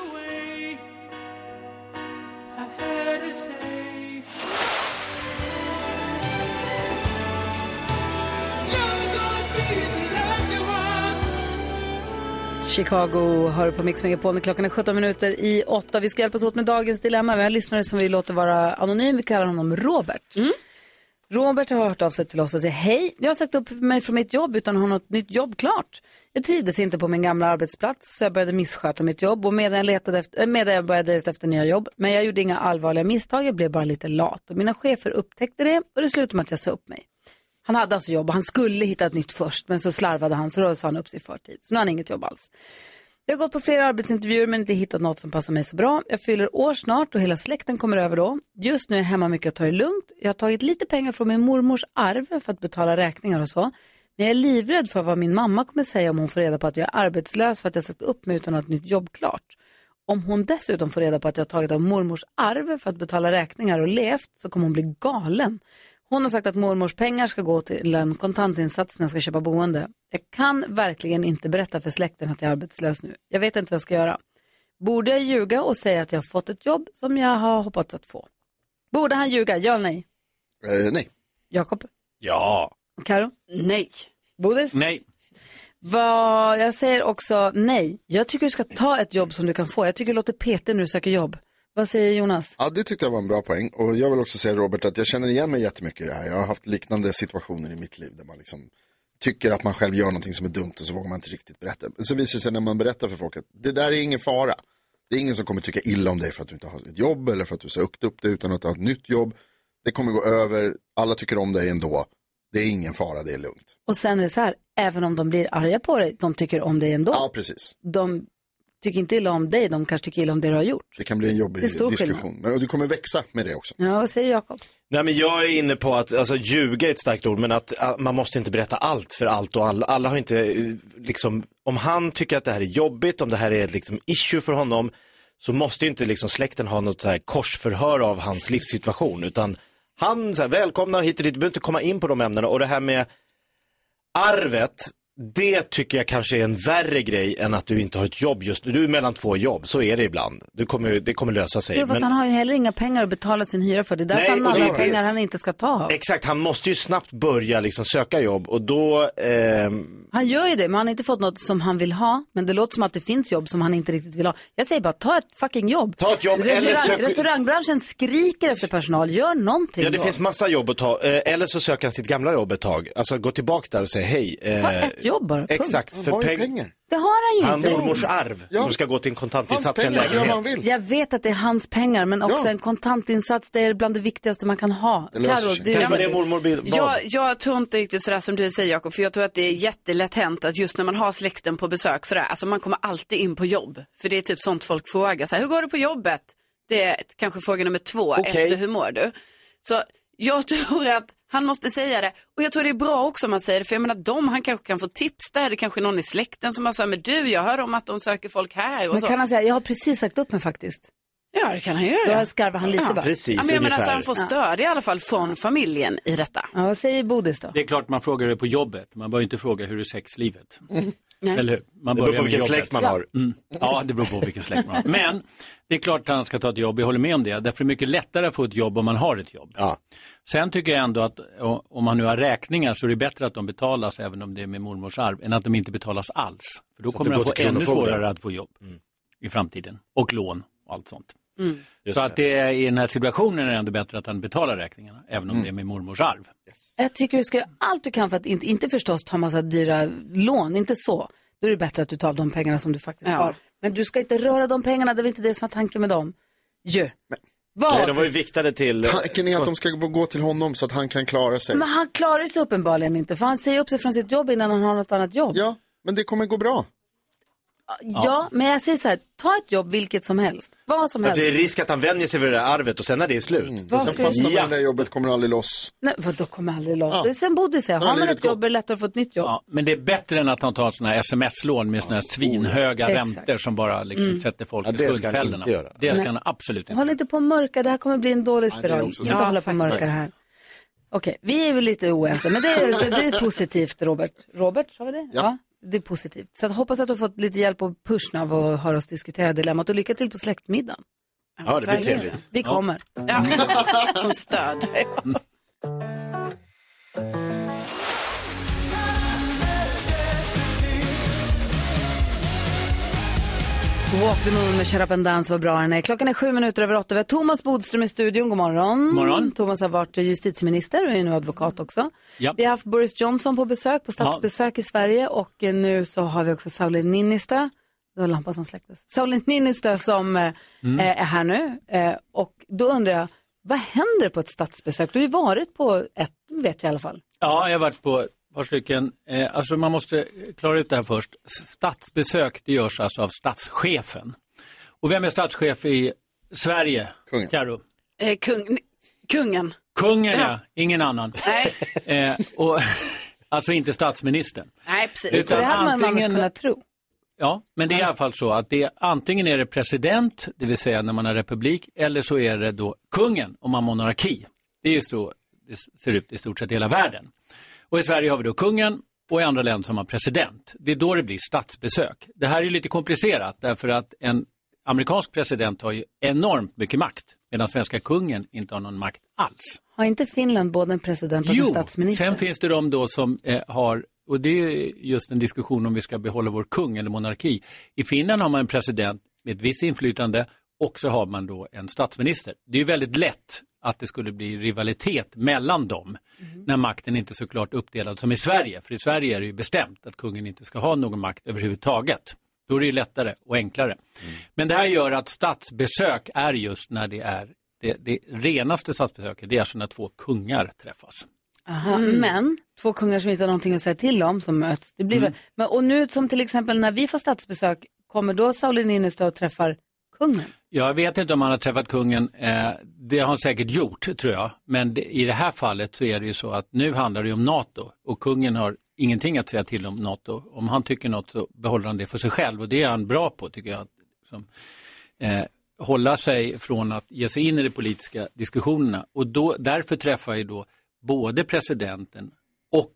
Chicago hör på Mix Megapol. Klockan är 7:17. Vi ska hjälpas åt med dagens dilemma. Vi har en lyssnare som vi låter vara anonym. Vi kallar honom Robert. Robert har hört av sig till oss och säger hej. Jag har sagt upp mig från mitt jobb utan att ha något nytt jobb klart. Jag trivdes inte på min gamla arbetsplats, så jag började missköta mitt jobb. Och medan jag började leta efter nya jobb. Men jag gjorde inga allvarliga misstag, jag blev bara lite lat. Och mina chefer upptäckte det, och det slutade med att jag sa upp mig. Han hade alltså jobb och han skulle hitta ett nytt först, men så slarvade han, så då sa han upp sig i förtid. Så nu har han inget jobb alls. Jag har gått på flera arbetsintervjuer men inte hittat något som passar mig så bra. Jag fyller år snart och hela släkten kommer över då. Just nu är jag hemma mycket och tar det lugnt. Jag har tagit lite pengar från min mormors arv för att betala räkningar och så. Men jag är livrädd för vad min mamma kommer säga om hon får reda på att jag är arbetslös för att jag satt upp mig utan att ha ett nytt jobb klart. Om hon dessutom får reda på att jag har tagit av mormors arv för att betala räkningar och levt, så kommer hon bli galen. Hon har sagt att mormors pengar ska gå till en kontantinsats när jag ska köpa boende. Jag kan verkligen inte berätta för släkten att jag är arbetslös nu. Jag vet inte vad jag ska göra. Borde jag ljuga och säga att jag har fått ett jobb som jag har hoppats att få? Borde han ljuga? Ja eller nej?
Nej.
Jakob?
Ja.
Karo?
Nej.
Bodis?
Nej.
Jag säger också nej. Jag tycker du ska ta ett jobb som du kan få. Jag tycker det låter petigt när du söker jobb. Vad säger Jonas?
Ja, det tyckte jag var en bra poäng. Och jag vill också säga, Robert, att jag känner igen mig jättemycket i det här. Jag har haft liknande situationer i mitt liv där man liksom tycker att man själv gör någonting som är dumt och så vågar man inte riktigt berätta. Så visar det sig när man berättar för folk att det där är ingen fara. Det är ingen som kommer tycka illa om dig för att du inte har ett jobb eller för att du har sökt upp dig utan att ha ett nytt jobb. Det kommer gå över, alla tycker om dig ändå. Det är ingen fara, det är lugnt.
Och sen är det så här, även om de blir arga på dig, de tycker om dig ändå.
Ja, precis.
De tycker inte illa om dig, de kanske tycker illa om det du har gjort.
Det kan bli en jobbig diskussion. Men du kommer växa med det också.
Ja, vad säger Jakob?
Nej, men jag är inne på att, alltså, ljuga är ett starkt ord, men att man måste inte berätta allt för allt och alla. Alla har inte, liksom, om han tycker att det här är jobbigt, om det här är ett liksom issue för honom, så måste ju inte liksom släkten ha något så här korsförhör av hans livssituation, utan han så här, välkomna hit och dit, du behöver inte komma in på de ämnena. Och det här med arvet, det tycker jag kanske är en värre grej än att du inte har ett jobb just nu. Du är mellan 2 jobb, så är det ibland. Det kommer lösa sig.
Fast han har ju heller inga pengar att betala sin hyra för. Det är därför han har pengar han inte ska ta.
Exakt, han måste ju snabbt börja liksom söka jobb. Och då...
Han gör ju det, men han har inte fått något som han vill ha. Men det låter som att det finns jobb som han inte riktigt vill ha. Jag säger bara, ta ett fucking jobb.
Ta ett jobb
Restaurangbranschen skriker efter personal. Gör någonting.
Ja, det finns massa jobb att ta. Eller så söker han sitt gamla jobb ett tag. Alltså gå tillbaka där och säga hej.
Ta ett jobb bara.
Exakt,
för pengar.
Det har han ju inte.
Mormors arv som ska gå till en kontantinsats för en lägenhet.
Jag vet att det är hans pengar, men också en kontantinsats, det är bland det viktigaste man kan ha.
Jag tror inte riktigt sådär som du säger, Jakob, för jag tror att det är jättelätt hänt att just när man har släkten på besök sådär, alltså man kommer alltid in på jobb. För det är typ sånt folk frågar, så här, hur går det på jobbet? Det är kanske fråga nummer 2 efter hur mår du? Så jag tror att han måste säga det. Och jag tror det är bra också om man säger det. För jag menar, han kanske kan få tips där. Det kanske är någon i släkten som har sagt, men du, jag hör om att de söker folk här. Och
men
så.
Kan han säga, jag har precis sagt upp mig faktiskt.
Ja, det kan han göra.
Då skarvar han lite bara.
Precis,
ja, men jag menar, så han får stöd i alla fall från familjen i detta.
Ja, vad säger Bodis då?
Det är klart man frågar det på jobbet. Man bör inte fråga hur är sexlivet. Eller hur?
Det beror på vilken släkt man har.
Ja, det beror på vilken släkt man har. Men det är klart att han ska ta ett jobb, jag håller med om det. Därför är det mycket lättare att få ett jobb om man har ett jobb.
Ja.
Sen tycker jag ändå att om man nu har räkningar så är det bättre att de betalas även om det är med mormors arv än att de inte betalas alls. För då kommer han få ännu svårare att få jobb i framtiden. Och lån och allt sånt. Så att det är, i den här situationen är det ändå bättre att han betalar räkningarna även om det är med mormors arv.
Jag tycker du ska göra allt du kan för att inte förstås ta massa dyra lån, inte så. Då är det bättre att du tar de pengarna som du faktiskt har. Men du ska inte röra de pengarna, det är inte det som var tanken med dem.
Nej, de var ju viktade till...
Tanken är att de ska gå till honom så att han kan klara sig.
Men han klarar sig uppenbarligen inte, för han säger upp sig från sitt jobb innan han har något annat jobb.
Ja, men det kommer gå bra.
Ja, men jag säger så här, ta ett jobb vilket som helst. Vad som helst.
Det är risk att han vänjer sig vid det där arvet och sen när det är slut.
Sen fastnar man i det där jobbet, kommer aldrig loss.
Nej, för då kommer aldrig loss. Ja. Sen borde säga, har man ett jobb är det lättare att få ett nytt jobb.
Ja, men det är bättre än att han tar sådana här sms-lån med såna här svinhöga räntor som bara liksom sätter folk i skuldfällorna. Det ska han absolut inte.
Håll inte på att mörka, det här kommer bli en dålig spiral. Inte hålla på att mörka det här. Okej, vi är väl lite oense, men det är positivt, Robert. Robert, sa vi det? Ja. Det är positivt. Så jag hoppas att du har fått lite hjälp och push av att höra oss diskutera dilemmat och lycka till på släktmiddagen.
Ja, det blir trevligt.
Vi kommer.
Ja. Som stöd.
Walk the Moon med Shut Up and Dance, vad bra den är. Klockan är 7:07. Vi har Thomas Bodström i studion. God morgon.
God morgon.
Thomas har varit justitieminister och är nu advokat också.
Ja.
Vi har haft Boris Johnson på besök, på statsbesök i Sverige. Och nu så har vi också Sauli Niinistö. Det var lampan som släcktes. Sauli Niinistö som är här nu. Och då undrar jag, vad händer på ett statsbesök? Du har ju varit på ett, vet jag i alla fall.
Ja, jag har varit på ett par stycken. Alltså man måste klara ut det här först. Statsbesök, det görs alltså av statschefen. Och vem är statschef i Sverige?
Kungen.
Karo?
Kungen.
Kungen, ja. Ingen annan. Och, alltså inte statsministern.
Nej, precis.
Så det hade man annars kunnat tro.
Ja, men det är i alla fall så att det antingen är det president, det vill säga när man har republik, eller så är det då kungen om man har monarki. Det är ju så det ser ut i stort sett hela världen. Och i Sverige har vi då kungen och i andra länder har man president. Det är då det blir statsbesök. Det här är lite komplicerat därför att en amerikansk president har ju enormt mycket makt medan svenska kungen inte har någon makt alls.
Har inte Finland både en president och en statsminister?
Sen finns det de då som har, och det är just en diskussion om vi ska behålla vår kung eller monarki. I Finland har man en president med ett visst inflytande och så har man då en statsminister. Det är ju väldigt lätt att det skulle bli rivalitet mellan dem när makten inte är så klart uppdelad som i Sverige. För i Sverige är det ju bestämt att kungen inte ska ha någon makt överhuvudtaget. Då är det ju lättare och enklare. Men det här gör att statsbesök är just när det är det renaste statsbesöket. Det är alltså när två kungar träffas.
Aha, men två kungar som inte har någonting att säga till om som möts. Det blir väl, men, och nu som till exempel när vi får statsbesök kommer då Sauli Niinistö och träffar kungen?
Jag vet inte om han har träffat kungen. Det har han säkert gjort, tror jag. Men i det här fallet så är det ju så att nu handlar det om NATO. Och kungen har ingenting att säga till om NATO. Om han tycker något så behåller han det för sig själv. Och det är han bra på, tycker jag. Hålla sig från att ge sig in i de politiska diskussionerna. Och därför träffar ju då både presidenten och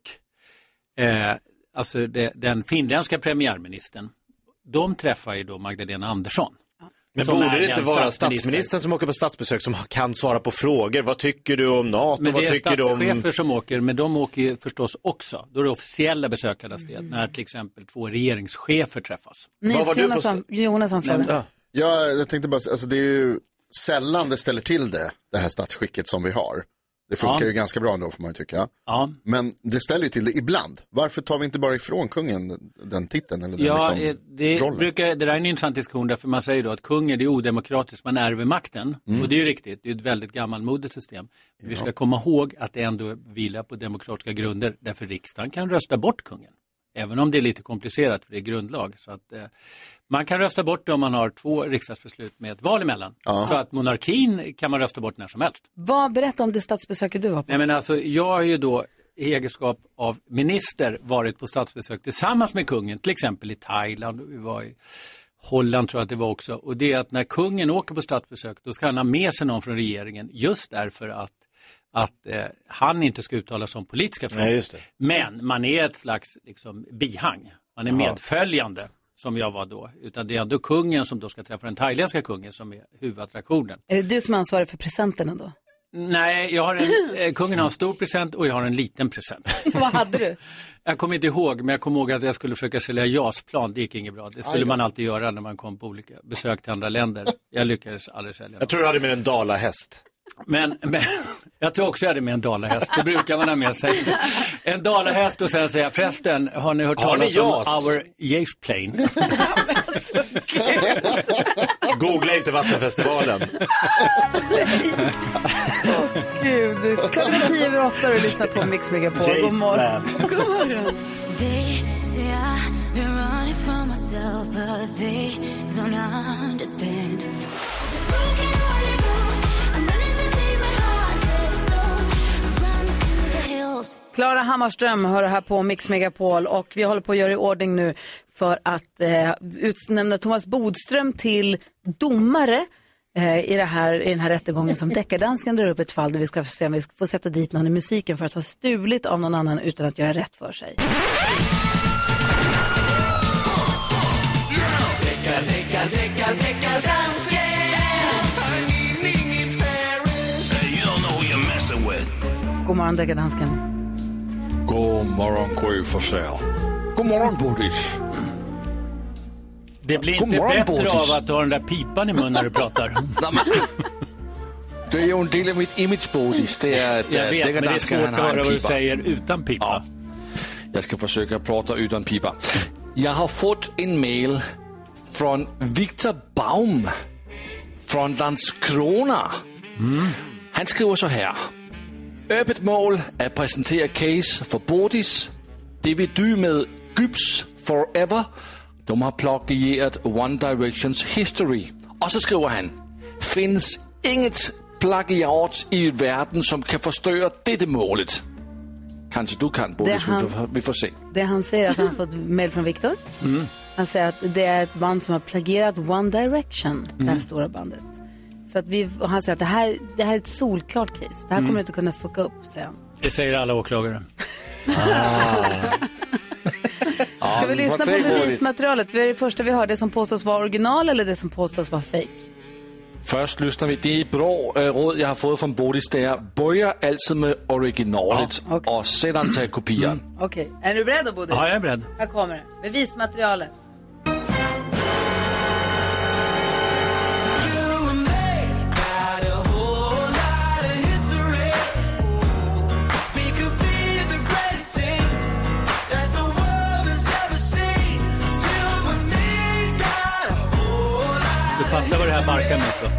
den finländska premiärministern. De träffar ju då Magdalena Andersson.
Men borde det inte vara statsministern som åker på statsbesök som kan svara på frågor? Vad tycker du om NATO?
Men det
är
statschefer som åker, men de åker ju förstås också. Då är det officiella besökarnas del, när till exempel 2 regeringschefer träffas.
Jonas han frågade.
Ja, jag tänkte bara, alltså det är ju sällan det ställer till det här statsskicket som vi har. Det funkar ju ganska bra ändå, får man ju tycka.
Ja.
Men det ställer ju till det ibland. Varför tar vi inte bara ifrån kungen den titeln? Eller den rollen? Det
där är en intressant diskussion, därför man säger då att kungen är odemokratisk, man ärver makten. Och det är ju riktigt, det är ett väldigt gammalmodigt system. Vi ska komma ihåg att det ändå vilar på demokratiska grunder, därför riksdagen kan rösta bort kungen. Även om det är lite komplicerat, för det är grundlag. Så att, man kan rösta bort det om man har 2 riksdagsbeslut med ett val emellan. Ja. Så att monarkin kan man rösta bort när som helst.
Berätta om det statsbesöket du var på.
Nej, men alltså, jag har ju då i egenskap av minister varit på statsbesök tillsammans med kungen. Till exempel i Thailand, vi var i Holland tror jag att det var också. Och det är att när kungen åker på statsbesök, då ska han ha med sig någon från regeringen. Just därför att han inte ska uttala sig om politiska frågor.
Nej, just det.
Men man är ett slags bihang. Man är medföljande, som jag var då. Utan det är ändå kungen som då ska träffa den thailändska kungen som är huvudattraktionen.
Är det du som ansvarar för presenterna då?
Nej, kungen har en stor present och jag har en liten present.
Vad hade du?
Jag kommer inte ihåg, men jag kommer ihåg att jag skulle försöka sälja JAS-plan. Det gick inget bra. Det skulle man alltid göra när man kom på olika besök till andra länder. Jag lyckades aldrig sälja.
Jag tror du hade med en dalahäst.
Men jag tror också jag hade med en dalahäst. Det brukar man ha med sig. En dalahäst och sen säga, förresten, har ni hört talas om our Jace plane?
Googla inte Vattenfestivalen.
Gud, klockan är 10:08 och lyssnar på Mix Megapol. God morgon. God morgon.
They say I've been running from myself, but they don't understand.
Klara Hammarström hör här på Mix Megapol och vi håller på att göra i ordning nu för att utnämna Thomas Bodström till domare i den här rättegången som Deckardansken drar upp ett fall där vi ska se om vi ska få sätta dit någon i musiken för att ha stulit av någon annan utan att göra rätt för sig. God morgon, Deckardansken.
God morgon, Gry Forssell. God morgon, Bodis.
Det blir inte bättre Bodis av att du har den där pipan i munnen när du pratar.
Det är ju en del av mitt image, Bodis. Det är att
jag vet, men det är svårt att höra vad du säger utan pipa.
Ja. Jag ska försöka prata utan pipa. Jag har fått en mail från Victor Baum från Landskrona. Han skriver så här. Öppet mål att presentera case för Bodis. Det vill du med Gyps Forever. De har plagierat One Directions history. Och så skriver han. Finns inget plagiat i världen som kan förstöra det målet. Kanske du kan, Bodis. Vi får se.
Det han säger att han har fått mail från Victor. Han säger att det är ett band som har plagierat One Direction. Det här stora bandet. Så att han säger att det här är ett solklart case. Det här kommer inte kunna fucka upp, säger han.
Det säger alla åklagare.
Ska vi lyssna på bevismaterialet? Vad är det första vi hör? Det som påstås vara original eller det som påstås vara fake?
Först lyssnar vi. Det är bra råd jag har fått från Bodis. Det är börja alltid med originalet och sedan ta kopian.
Okej. Är du beredd då, Bodis?
Ja, jag är beredd.
Här kommer det. Bevismaterialet.
Fattar vad det här barkar med då.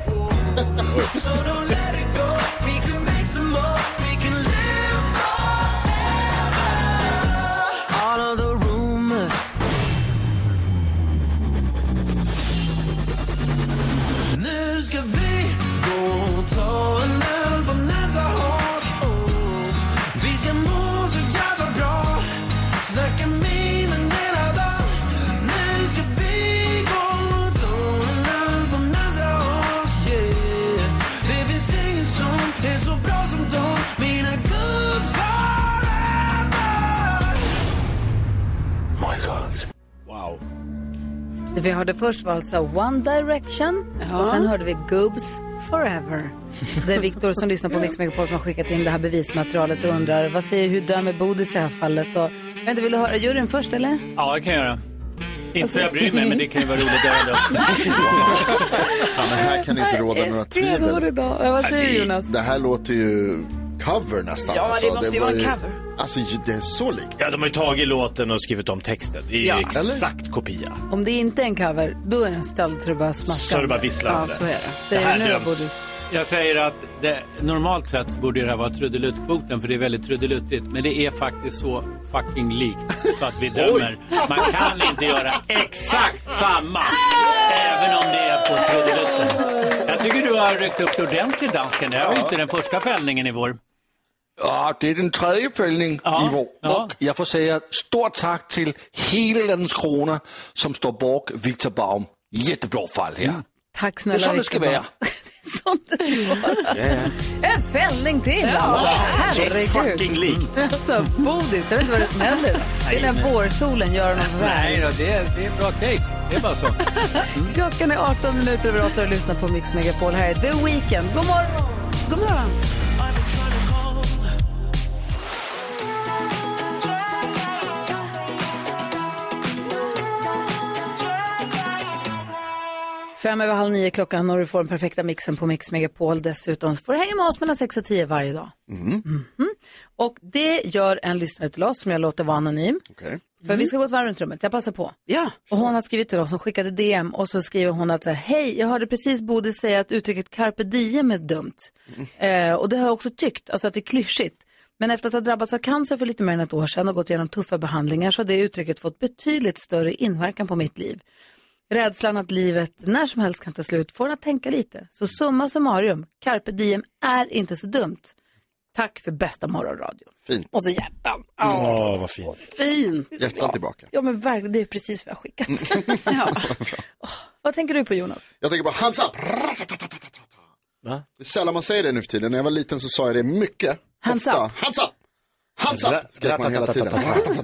Det vi hörde först var alltså One Direction och sen hörde vi Goobs Forever. Det är Victor som lyssnar på Mix Megapol som har skickat in det här bevismaterialet och undrar vad säger hur dömer Bodis i det här fallet. Och, vänta, vill du höra juryn först eller?
Ja, det kan jag göra. Inte så jag bryr mig, men det kan ju vara roligt att göra
det. Här kan inte råda några tvivel.
Vad säger du, Jonas?
Det här låter ju cover nästan.
Ja, det måste ju vara en cover.
Alltså, det är så likt.
Ja, de har ju tagit låten och skrivit om texten. Det är ju exakt kopia.
Om det inte är en cover, då är det en stöld så det bara smaskar.
Så det bara visslar.
Ja, så är det.
Det här
nu
döms.
Jag säger att normalt sett borde det här vara trudeluttkvoten för det är väldigt trudeluttigt. Men det är faktiskt så fucking likt så att vi dömer. Man kan inte göra exakt samma även om det är på trudelutten. Jag tycker du har ryckt upp det ordentligt, dansken. Det här var inte den första fällningen i vår.
Ja, det är den tredje fällning i vår. Och jag får säga stort tack till hela Landskrona som står bak Victor Baum. Jättebra fall här.
Tack snälla.
Det är så det ska vara.
Sånt det ska vara. En fällning till alltså.
Så fucking likt.
Alltså, Bodis, jag vet inte vad det är som händer. Det är när vårsolen gör något väl.
Nej då, det är en bra case. Det är bara så.
Klockan är 18 minuter över 8 och lyssnar på Mix Megapol. Här är The Weeknd. God morgon!
God morgon!
Fem över 8:30 klockan och du får den perfekta mixen på Mix Megapol. Dessutom får du hänga med oss mellan 6 och 10 varje dag. Och det gör en lyssnare till oss som jag låter vara anonym. För vi ska gå ett varv runt rummet, jag passar på.
Ja.
Och hon har skrivit till oss, hon skickade DM och så skriver hon att så här, hej, jag hörde precis Bodis säga att uttrycket carpe diem är dumt. Och det har jag också tyckt, alltså att det är klyschigt. Men efter att ha drabbats av cancer för lite mer än ett år sedan och gått igenom tuffa behandlingar så har det uttrycket fått betydligt större inverkan på mitt liv. Rädslan att livet när som helst kan ta slut får en att tänka lite. Så summa summarum, carpe diem är inte så dumt. Tack för bästa morgonradio.
Fint.
Och så hjärtan.
Åh, vad fint.
Fint.
Hjärtan tillbaka.
Ja, men verkligen, det är precis vad jag har skickat. Vad tänker du på, Jonas?
Jag tänker på hands up.
Va?
Det är sällan man säger det nu för tiden. När jag var liten så sa jag det mycket.
Hands
ofta.
up.
Hands up. Hands up. Skrek man hela tiden.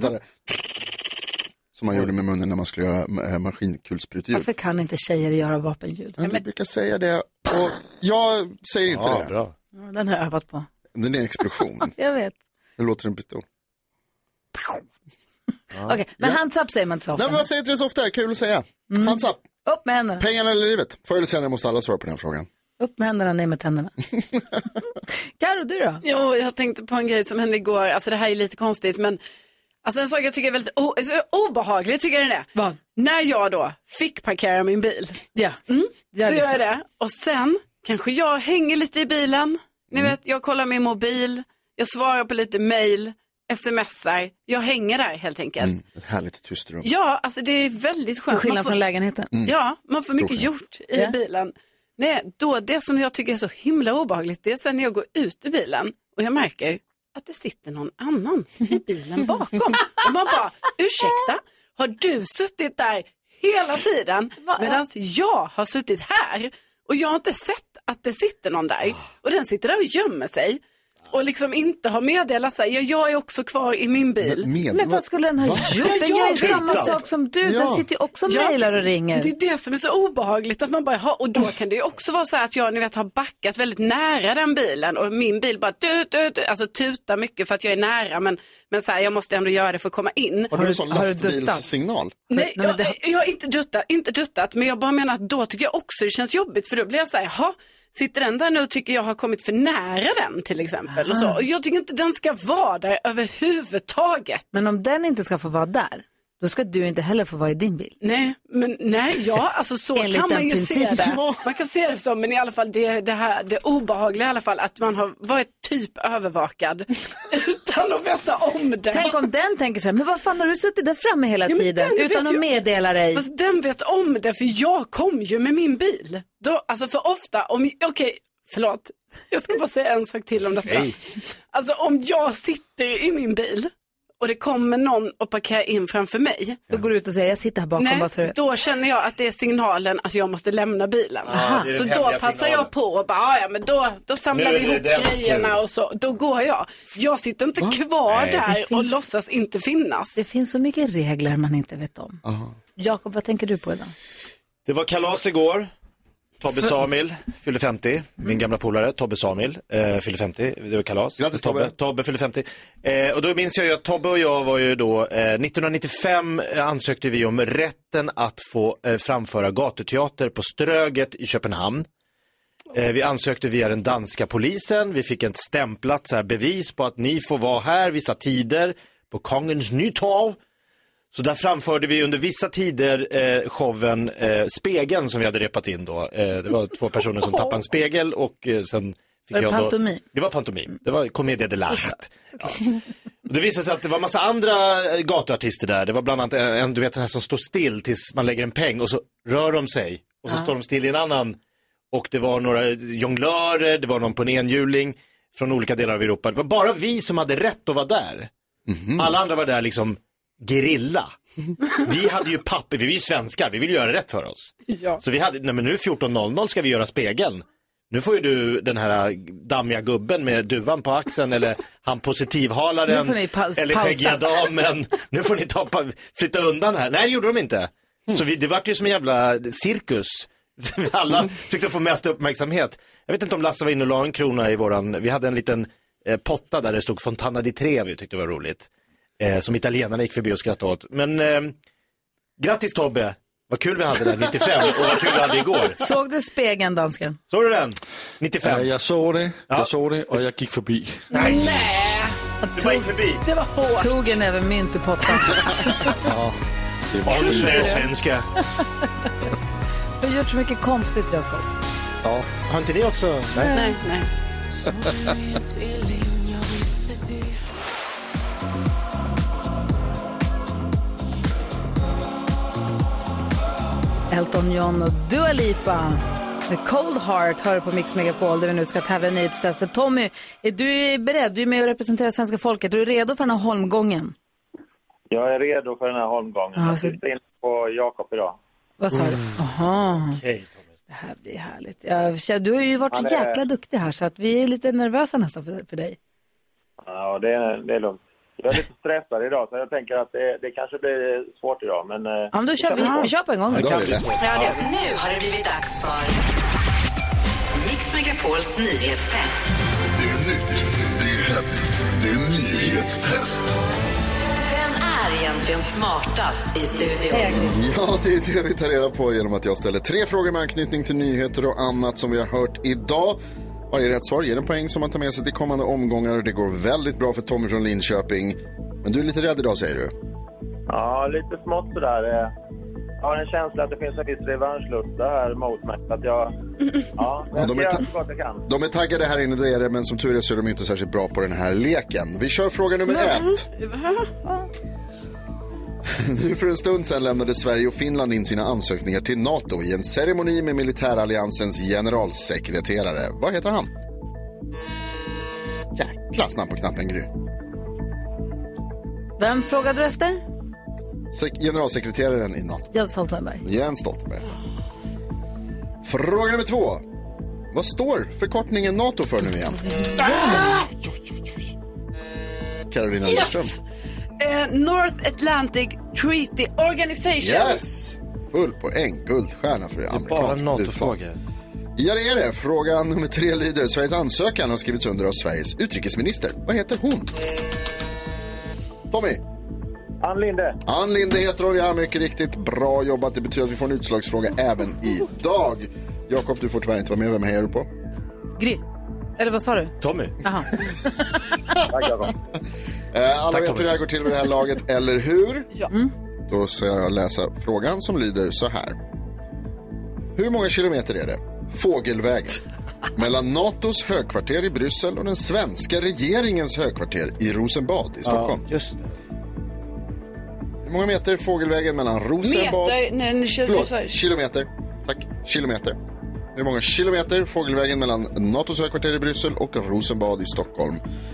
Som man gjorde med munnen när man skulle göra maskinkulsprutljud.
Varför kan inte tjejer göra vapenljud?
Jag brukar säga det och jag säger inte det.
Bra.
Den har jag övat på.
Det är en explosion.
Jag vet.
Det låter en pistol.
Okej, men hands up säger man inte så ofta.
Nej, men jag säger inte det så ofta. Kul att säga. Hands up.
Upp med händerna.
Pengarna eller livet? Förr eller senare måste alla svara på den frågan.
Upp med händerna, ner med tänderna. Karo, du då?
Jo, jag tänkte på en grej som hände igår. Alltså det här är lite konstigt, men alltså en sak jag tycker är väldigt obehaglig tycker jag det är.
Vad?
När jag då fick parkera min bil.
Ja.
Så gör jag det. Och sen kanske jag hänger lite i bilen. Ni vet, jag kollar min mobil. Jag svarar på lite mejl. Smsar. Jag hänger där helt enkelt.
Ett härligt tyst rum.
Ja, alltså det är väldigt skönt.
Till skillnad från lägenheten.
Ja, man får mycket gjort i bilen. Nej, då det som jag tycker är så himla obehagligt, det är sen när jag går ut ur bilen och jag märker att det sitter någon annan i bilen bakom. Och man bara, ursäkta, har du suttit där hela tiden medan jag har suttit här och jag har inte sett att det sitter någon där och den sitter där och gömmer sig och liksom inte har meddelat sig, jag är också kvar i min bil.
Men vad skulle den ha gjort? Den gör ju samma sak som du, den sitter ju också och mejlar och ringer.
Det är det som är så obehagligt att man bara och då kan det ju också vara så här att jag ni vet har backat väldigt nära den bilen och min bil bara alltså tutar mycket för att jag är nära men så här, jag måste ändå göra det för att komma in.
Har du en sån lastbilssignal?
Nej, jag har inte duttat men jag bara menar att då tycker jag också det känns jobbigt för då blir jag så här, sitter den där nu och tycker jag har kommit för nära den till exempel och så. Och jag tycker inte den ska vara där överhuvudtaget.
Men om den inte ska få vara där, då ska du inte heller få vara i din bil.
Nej, alltså så kan man ju se det. Man kan se det som, men i alla fall det obehagliga i alla fall att man har varit typ övervakad utan att veta om det.
Tänk om den tänker så här, men vad fan har du suttit där framme hela tiden utan att meddela dig?
Fast den vet om det för jag kom ju med min bil. Då, alltså för ofta, förlåt, jag ska bara säga en sak till om detta. Alltså om jag sitter i min bil och det kommer någon och parkerar in framför mig.
Då går du ut och säger, jag sitter här bakom.
Nej, då känner jag att det är signalen att jag måste lämna bilen. Så då passar jag på och bara, men då samlar vi ihop grejerna och så, då går jag. Jag sitter inte kvar där och låtsas inte finnas.
Det finns så mycket regler man inte vet om. Jakob, vad tänker du på idag?
Det var kalas igår. Tobbe Samil fyller 50. Min gamla polare Tobbe Samil fyller 50. Det var kalas.
Grattis
Tobbe fyller 50. Och då minns jag ju att Tobbe och jag var ju då 1995 ansökte vi om rätten att få framföra gatuteater på Ströget i Köpenhamn. Vi ansökte via den danska polisen. Vi fick ett stämplat så här bevis på att ni får vara här vissa tider på Kongens Nytorv. Så där framförde vi under vissa tider showen Spegeln som vi hade repat in då. Det var 2 personer som tappade en spegel och sen fick
var det
jag då...
pantomim?
Det var pantomim. Det var Commedia dell'arte. Ja. Det visade sig att det var massa andra gatuartister där. Det var bland annat en, du vet, den här som står still tills man lägger en peng och så rör de sig. Och så står de still i en annan. Och det var några jonglörer, det var någon på en enhjuling från olika delar av Europa. Det var bara vi som hade rätt att vara där. Alla andra var där liksom gerilla. Vi hade ju papper, vi är ju svenskar, vi vill göra rätt för oss.
Ja.
Så vi hade, nej men nu 14.00 ska vi göra Spegeln. Nu får ju du den här dammiga gubben med duvan på axeln eller han positivhalaren eller skäggiga damen. Nu får ni flytta undan här. Nej, det gjorde de inte. Så det var ju som en jävla cirkus. Alla fick få mest uppmärksamhet. Jag vet inte om Lasse var inne och la en krona i våran, vi hade en liten potta där det stod Fontana di Trevi, tyckte det var roligt. Som italienarna gick förbi och skrattade åt. Men grattis Tobbe, vad kul vi hade där 95 och vad kul vi hade igår.
Såg du Spegeln, dansken?
Såg du den? 95?
Jag såg det och jag gick förbi.
Nej! Du bara gick förbi.
Det var hårt.
Tog en även mynt ur pottan.
Ja, det var
det svenska.
Du har gjort så mycket konstigt, Jakob.
Ja. Har inte ni också?
Nej.
Elton John och Dua Lipa. The Cold Heart hör på Mix Megapol där vi nu ska tävla i nyhetstestet. Tommy, är du beredd? Du är med och representerar svenska folket. Är du redo för den här holmgången?
Jag är redo för den här holmgången. Jag sitter in på Jakob idag.
Vad sa du? Aha.
Okej, Tommy.
Det här blir härligt. Du har ju varit så jäkla duktig här så att vi är lite nervösa nästan för dig.
Ja, det är lugnt. Jag är lite stressad idag så jag tänker att det kanske blir svårt idag. Men
ja, men då kör vi kör på en gång.
Nu har det blivit dags för Mix Megapols nyhetstest.
Det är nytt, det är hett, det är nyhetstest.
Vem är egentligen smartast i studion?
Ja, det är det vi tar reda på genom att jag ställer 3 frågor med anknytning till nyheter och annat som vi har hört idag. Varje rätt svar ger en poäng som man tar med sig till kommande omgångar. Det går väldigt bra för Tommy från Linköping. Men du är lite rädd idag, säger du?
Ja, lite smått sådär. Jag har en känsla att det finns en viss revanschlusta här mot mig. Att
de är taggade här inne, det är det. Men som tur är så är de inte särskilt bra på den här leken. Vi kör fråga nummer 1. Nu för en stund sedan lämnade Sverige och Finland in sina ansökningar till NATO i en ceremoni med militäralliansens generalsekreterare. Vad heter han? Jäkla snabb på knappen, Gry.
Vem frågade du efter?
Generalsekreteraren i NATO.
Jens Stoltenberg.
Jens Stoltenberg. Fråga nummer 2. Vad står förkortningen NATO för nu igen? Carolina Lindström.
North Atlantic Treaty Organization.
Yes! Full poäng, guldstjärna för det amerikanska.
Bara NATO-frågor.
Ja, det är det. Fråga nummer 3 lyder: Sveriges ansökan har skrivits under av Sveriges utrikesminister. Vad heter hon? Tommy?
Ann Linde.
Ann Linde heter hon, ja, mycket riktigt. Bra jobbat, det betyder att vi får en utslagsfråga även idag. Jakob, du får tyvärr inte vara med. Vem hejar du på?
Gry. Eller vad sa du?
Tommy.
Aha.
Tack, Jakob.
Alla vet hur det här går till vid det här laget, eller hur?
Ja.
Då ska jag läsa frågan som lyder så här. Hur många kilometer är det fågelväg mellan NATOs högkvarter i Bryssel och den svenska regeringens högkvarter i Rosenbad i Stockholm?
Ja, just det.
Hur många meter fågelvägen mellan Rosenbad... Kilometer. Tack, kilometer. Hur många kilometer fågelvägen mellan NATOs högkvarter i Bryssel och Rosenbad i Stockholm?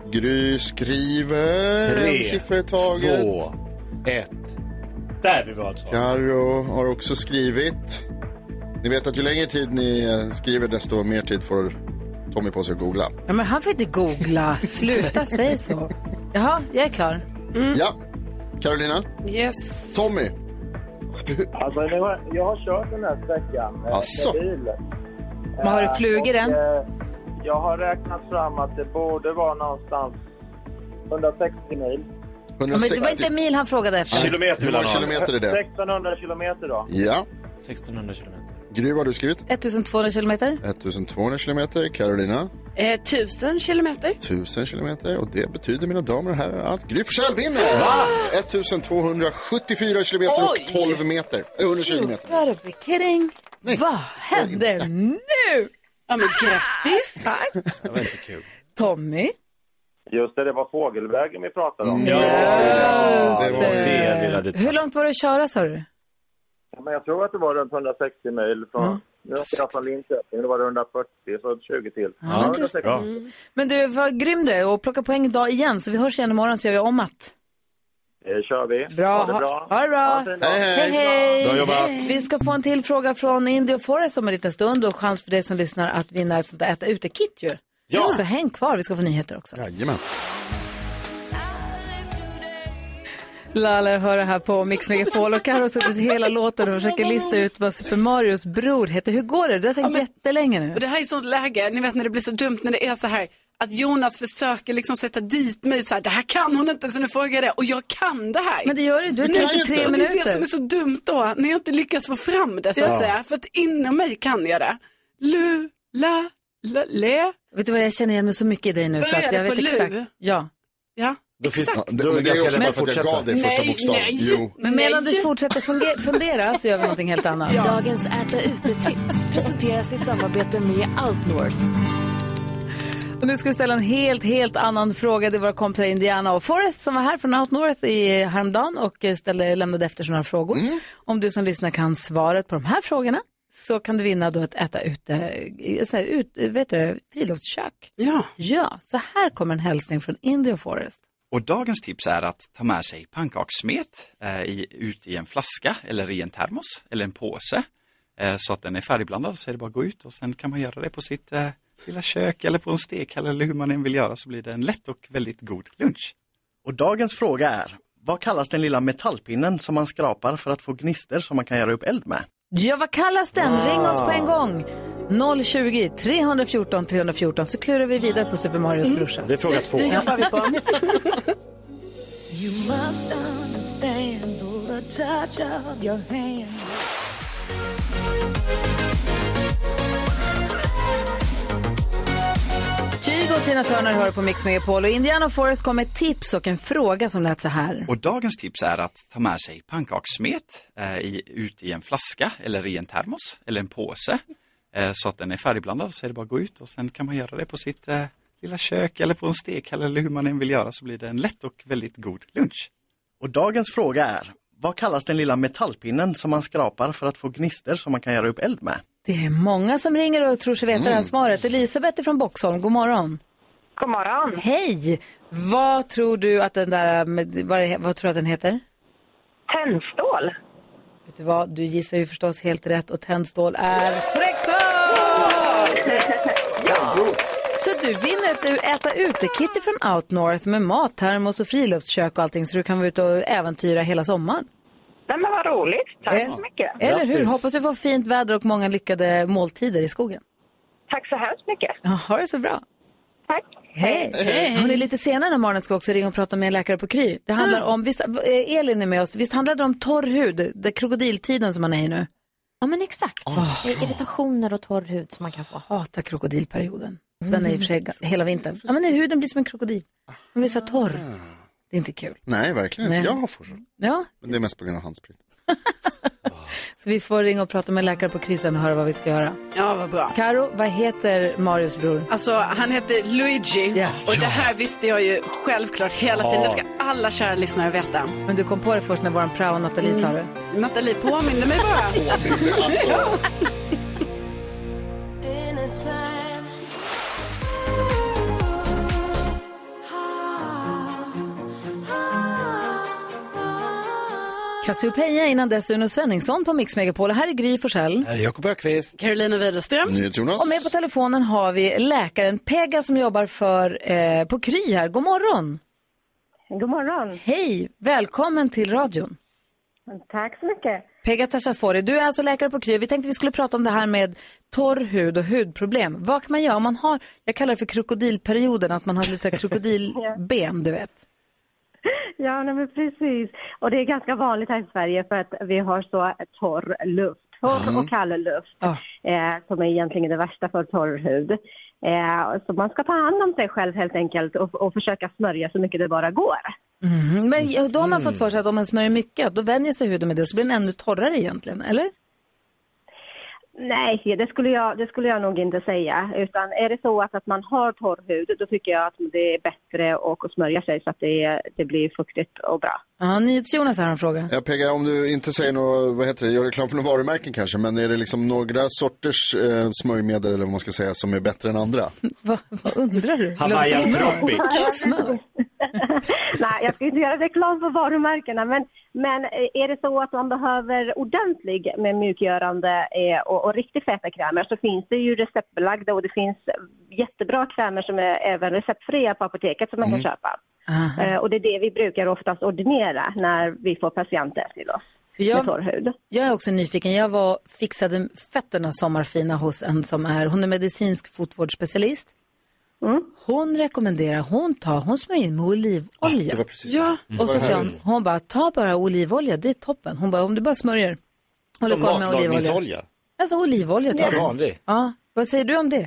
Gry skriver
3,
en siffra i taget.
2, 1. Där vi var.
Karo har också skrivit. Ni vet att ju längre tid ni skriver desto mer tid får Tommy på sig att googla.
Ja, men han får inte googla. Sluta säga så. Jaha, jag är klar.
Ja, Carolina.
Yes.
Tommy.
Alltså, jag har kört den här sträckan med bil.
Men har du flugit den?
Jag har räknat fram att det borde vara någonstans 160 mil.
160.
Ja, men det var inte mil han frågade efter.
Kilometer vill han ha.
Kilometer är det.
1600 kilometer då.
Ja.
1600 kilometer.
Gry, vad har du skrivit?
1200 kilometer.
1200 kilometer. Carolina?
1000 kilometer.
1000 kilometer. Och det betyder, mina damer och herrar, att Gry Forssell vinner! Va? 1274 kilometer och 12 meter. 120 meter.
You gotta be kidding.
Nej,
vad händer nu?
Ja, men grattis!
Tack.
Det var inte kul.
Tommy?
Just det var fågelvägen vi pratade om.
Ja, det var det lilla detalj.
Hur långt var det att köra, sa du?
Ja, men jag tror att det var runt 160 mil från... Nu är jag från Linköping, det var 140, så 20 till.
Ja, bra. Men du, var grym du och plocka poäng idag igen, så vi hörs igen imorgon så gör vi om att.
Det kör vi.
Bra.
Ha det bra.
Ha det bra. Hej.
Bra jobbat.
Vi ska få en till fråga från Indio Forest om en liten stund och chans för dig som lyssnar att vinna ett sånt där äta ute-kit ju.
Ja.
Så häng kvar, vi ska få nyheter också.
Jajamän.
Lala hör det här på Mix Megapol och Karo har suttit hela låten och försöker lista ut vad Super Marios bror heter. Hur går det? Du har tänkt jättelänge nu.
Och det här är ett sånt läge, ni vet när det blir så dumt när det är så här att Jonas försöker liksom sätta dit mig så här, det här kan hon inte så nu frågar jag det och jag kan det här.
Men det gör du har tänkt i 3 minuter.
Det är det som är så dumt då, när jag inte lyckas få fram det så att säga, för att inom mig kan jag det. Le.
Vet du vad, jag känner igen mig så mycket i dig nu så att jag vet exakt. Ja.
Exakt.
Men det är också bara för att jag gav dig första bokstaven. Jo.
Men medan du fortsätter fundera så gör vi någonting helt annat.
Ja. Dagens äta ute-tips presenteras i samarbete med Outnorth.
Och nu ska vi ställa en helt annan fråga. Det var kompisar Indiana och Forrest som var här från Outnorth i häromdagen och lämnade efter sådana frågor. Om du som lyssnar kan svaret på de här frågorna så kan du vinna då att äta ute, friluftskök. Ja, så här kommer en hälsning från Indio Forest.
Och dagens tips är att ta med sig pannkakssmet ut i en flaska eller i en termos eller en påse. Så att den är färdigblandad så är det bara att gå ut och sen kan man göra det på sitt lilla kök eller på en stekhall eller hur man än vill göra så blir det en lätt och väldigt god lunch.
Och dagens fråga är, vad kallas den lilla metallpinnen som man skrapar för att få gnister som man kan göra upp eld med?
Ja, vad kallas den? Ring oss på en gång. 020-314 314 så klurar vi vidare på Super Marios brorsa.
Det är fråga 2.
Det jobbar vi på.
You must understand the touch of your hand.
Kygo och Tina Turner hör på Mix Megapol och Indiana Forest kom ett tips och en fråga som lät så här.
Och dagens tips är att ta med sig pannkakssmet ut i en flaska eller i en termos eller en påse. Så att den är färdigblandad så är det bara att gå ut och sen kan man göra det på sitt lilla kök eller på en stekhall eller hur man än vill göra så blir det en lätt och väldigt god lunch.
Och dagens fråga är, vad kallas den lilla metallpinnen som man skrapar för att få gnister som man kan göra upp eld med?
Det är många som ringer och tror sig veta det här svaret. Elisabeth är från Boxholm, god morgon.
God morgon.
Hej, vad tror du att den där, vad tror du att den heter?
Tändstål.
Vet du vad, du gissar ju förstås helt rätt och tändstål är korrekt så! Ja! Så du vinner ett äta ute-kit från Outnorth med mat, termos och friluftskök och allting så du kan vara ute och äventyra hela sommaren.
Nej, men vad roligt. Tack så mycket.
Eller hur? Hoppas du får fint väder och många lyckade måltider i skogen.
Tack så hemskt mycket.
Ja, ha det så bra.
Tack.
Hej. Hon är lite senare den här morgonen ska vi också ringa och prata med en läkare på Kry. Det handlar om, visst, Elin är med oss, visst handlar det om torr hud, det krokodiltiden som man är i nu?
Ja men exakt, irritationer och torr hud som man kan få.
Hatar krokodilperioden. Den är i och för sig hela vintern. Ja men huden blir som en krokodil. Den blir så torr. Det är inte kul.
Nej, verkligen.
Nej.
Jag får så.
Ja.
Men det är mest på grund av handsprit.
Så vi får ringa och prata med läkare på kryssen och höra vad vi ska göra.
Ja, vad bra.
Karo, vad heter Marius bror?
Alltså, han heter Luigi.
Yeah.
Och det här visste jag ju självklart hela tiden. Det ska alla kära lyssnare veta.
Men du kom på det först när vår prao Nathalie sa det.
Nathalie påminner mig bara.
Alltså.
Cassiopeia, innan dess Uno Svenningsson på Mix Megapol. Här är Gry Forssell.
Här är Jakob Ökvist.
Carolina Widerström.
Jonas.
Och med på telefonen har vi läkaren Pega som jobbar på Kry här. God morgon.
God morgon.
Hej, välkommen till radion.
Tack så mycket.
Pega Tashafori, du är alltså läkare på Kry. Vi tänkte vi skulle prata om det här med torr hud och hudproblem. Vad kan man göra om man har, jag kallar det för krokodilperioden, att man har lite så här krokodilben, du vet.
Ja, men precis. Och det är ganska vanligt här i Sverige för att vi har så torr luft. Torr och kall luft. Som är egentligen det värsta för torr hud. Så man ska ta hand om sig själv helt enkelt och försöka smörja så mycket det bara går.
Men då har man fått för sig att om man smörjer mycket, då vänjer sig huden med det, så blir den ännu torrare egentligen, eller?
Nej, det skulle jag nog inte säga. Utan är det så att man har torr hud, då tycker jag att det är bättre att smörja sig så att det blir fuktigt och bra.
Ja, NyhetsJonas har en fråga.
Ja, Pega, om du inte säger något, gör reklam för några varumärken kanske, men är det liksom några sorters smörjmedel eller vad man ska säga som är bättre än andra?
Vad undrar du?
Hawaiian Tropic.
Smör.
Nej, jag ska inte göra reklam för varumärkena, men är det så att man behöver ordentlig med mjukgörande och riktigt feta krämer, så finns det ju receptbelagda och det finns jättebra krämer som är även receptfria på apoteket som man kan köpa. Och det är det vi brukar oftast ordinera när vi får patienter till oss med torr hud. Jag
är också nyfiken. Jag fixade fötterna sommarfina hos en som hon är medicinsk fotvårdsspecialist. Hon rekommenderar, hon smörjer in med olivolja. Och så säger hon bara, ta bara olivolja, det är toppen. Hon bara, om du bara smörjer. Håller koll med olivolja. Alltså olivolja. Ja, vad säger du om det?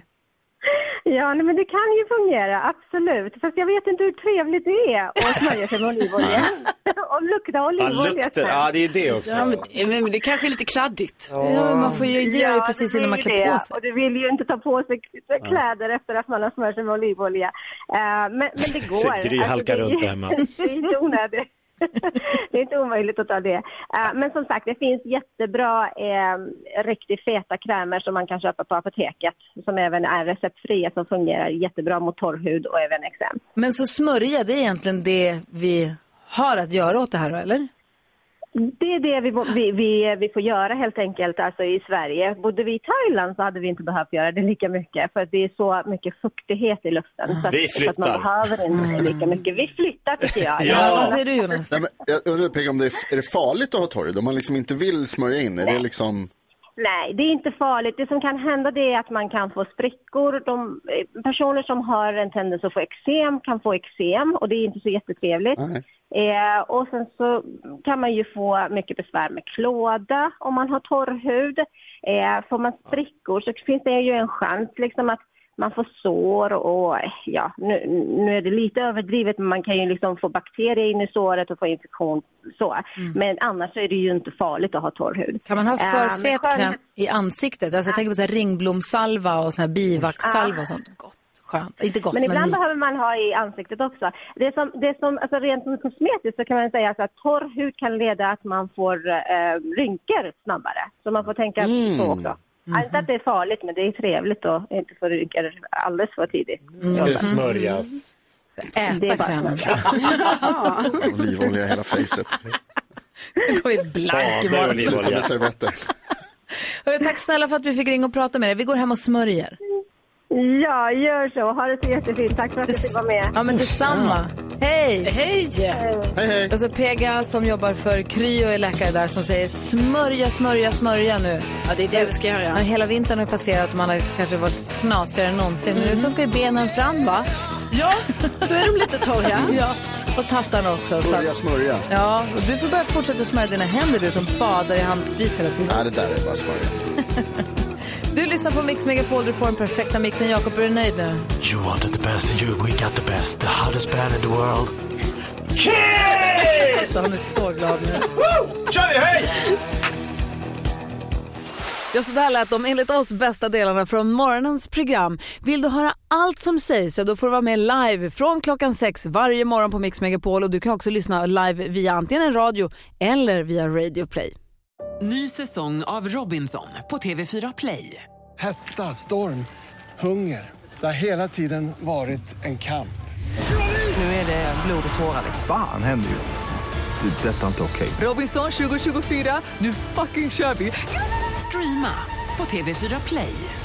Ja, men det kan ju fungera, absolut. Fast jag vet inte hur trevligt det är att smörja sig med olivolja. Och lukta olivolja.
Ja, det är det också.
Ja, men det kanske är lite kladdigt.
Ja, men man får ju inte göra det precis innan man klär på sig.
Och du vill ju inte ta på sig kläder efter att man har smört sig med olivolja. Men det går.
Gry halkar runt där hemma.
Det är inte onödigt. Det är inte omöjligt att ta det. Men som sagt, det finns jättebra riktigt feta krämer som man kan köpa på apoteket. Som även är receptfria, som fungerar jättebra mot torr hud och även eksem.
Men så smörja, det är egentligen det vi har att göra åt det här, eller?
Det är det vi får göra helt enkelt, alltså i Sverige. Bodde vi i Thailand så hade vi inte behövt göra det lika mycket. För att det är så mycket fuktighet i luften. Så att man behöver inte lika mycket. Vi flyttar, tycker jag.
Ja, vad säger du, Jonas?
Nej, men jag undrar, Pega, om är det farligt att ha torr hud? Om man liksom inte vill smörja in, är det liksom...
Nej, det är inte farligt. Det som kan hända, det är att man kan få sprickor. Personer som har en tendens att få eksem kan få eksem, och det är inte så jättetrevligt. Och sen så kan man ju få mycket besvär med klåda om man har torr hud. Får man sprickor så finns det ju en chans liksom att man får sår och nu är det lite överdrivet, men man kan ju liksom få bakterier in i såret och få infektion så. Men annars är det ju inte farligt att ha torr hud.
Kan man ha för fet kräm i ansiktet? Alltså jag tänker på så här ringblomsalva och sån här bivaxsalva och sånt. Gott. Skönt. Inte gott,
men ibland behöver man ha i ansiktet också. Det som alltså rent kosmetiskt så kan man säga att torr hud kan leda att man får rynkor snabbare. Så man får tänka så också. Inte att det är farligt, men det är trevligt att inte få rynkor alldeles för tidigt.
Det smörjas.
Äta krämen.
Olivolja i hela facet.
Det går ju blank i morgon. Tack snälla för att vi fick ringa och prata med dig. Vi går hem och smörjer.
Ja, gör så. Ha det så jättefint. Tack för att du fick vara med.
Ja, men detsamma. Hej!
Hej!
Hej!
Alltså Pega som jobbar för Kry och är läkare där som säger smörja nu.
Ja, det är det vi ska göra.
Ja, hela vintern har passerat och man har kanske varit fnasigare än någonsin. Men nu så ska ju benen fram, va?
Ja, då är de lite torra.
Ja, och tassarna också.
Börja smörja.
Ja, och du får bara fortsätta smörja dina händer, du som badar i handsprit hela tiden.
Nej, det där är bara smörja.
Du lyssnar på Mix Megapol, du får den perfekta mixen. Jakob, är du nöjd nu?
You wanted the best and we got the best. The hottest band in the world.
Kiss! Han är så glad nu.
Kör vi, hej!
Ja, så där lät de enligt oss bästa delarna från morgonens program. Vill du höra allt som sägs, så då får du vara med live från 6:00 varje morgon på Mix Megapol. Och du kan också lyssna live via antingen en radio eller via Radio Play.
Ny säsong av Robinson på TV4 Play.
Hetta, storm, hunger. Det har hela tiden varit en kamp.
Nu är det blod och tårar.
Fan händer just det.
Detta är inte okej.
Robinson 2024, nu fucking kör vi!
Streama på TV4 Play.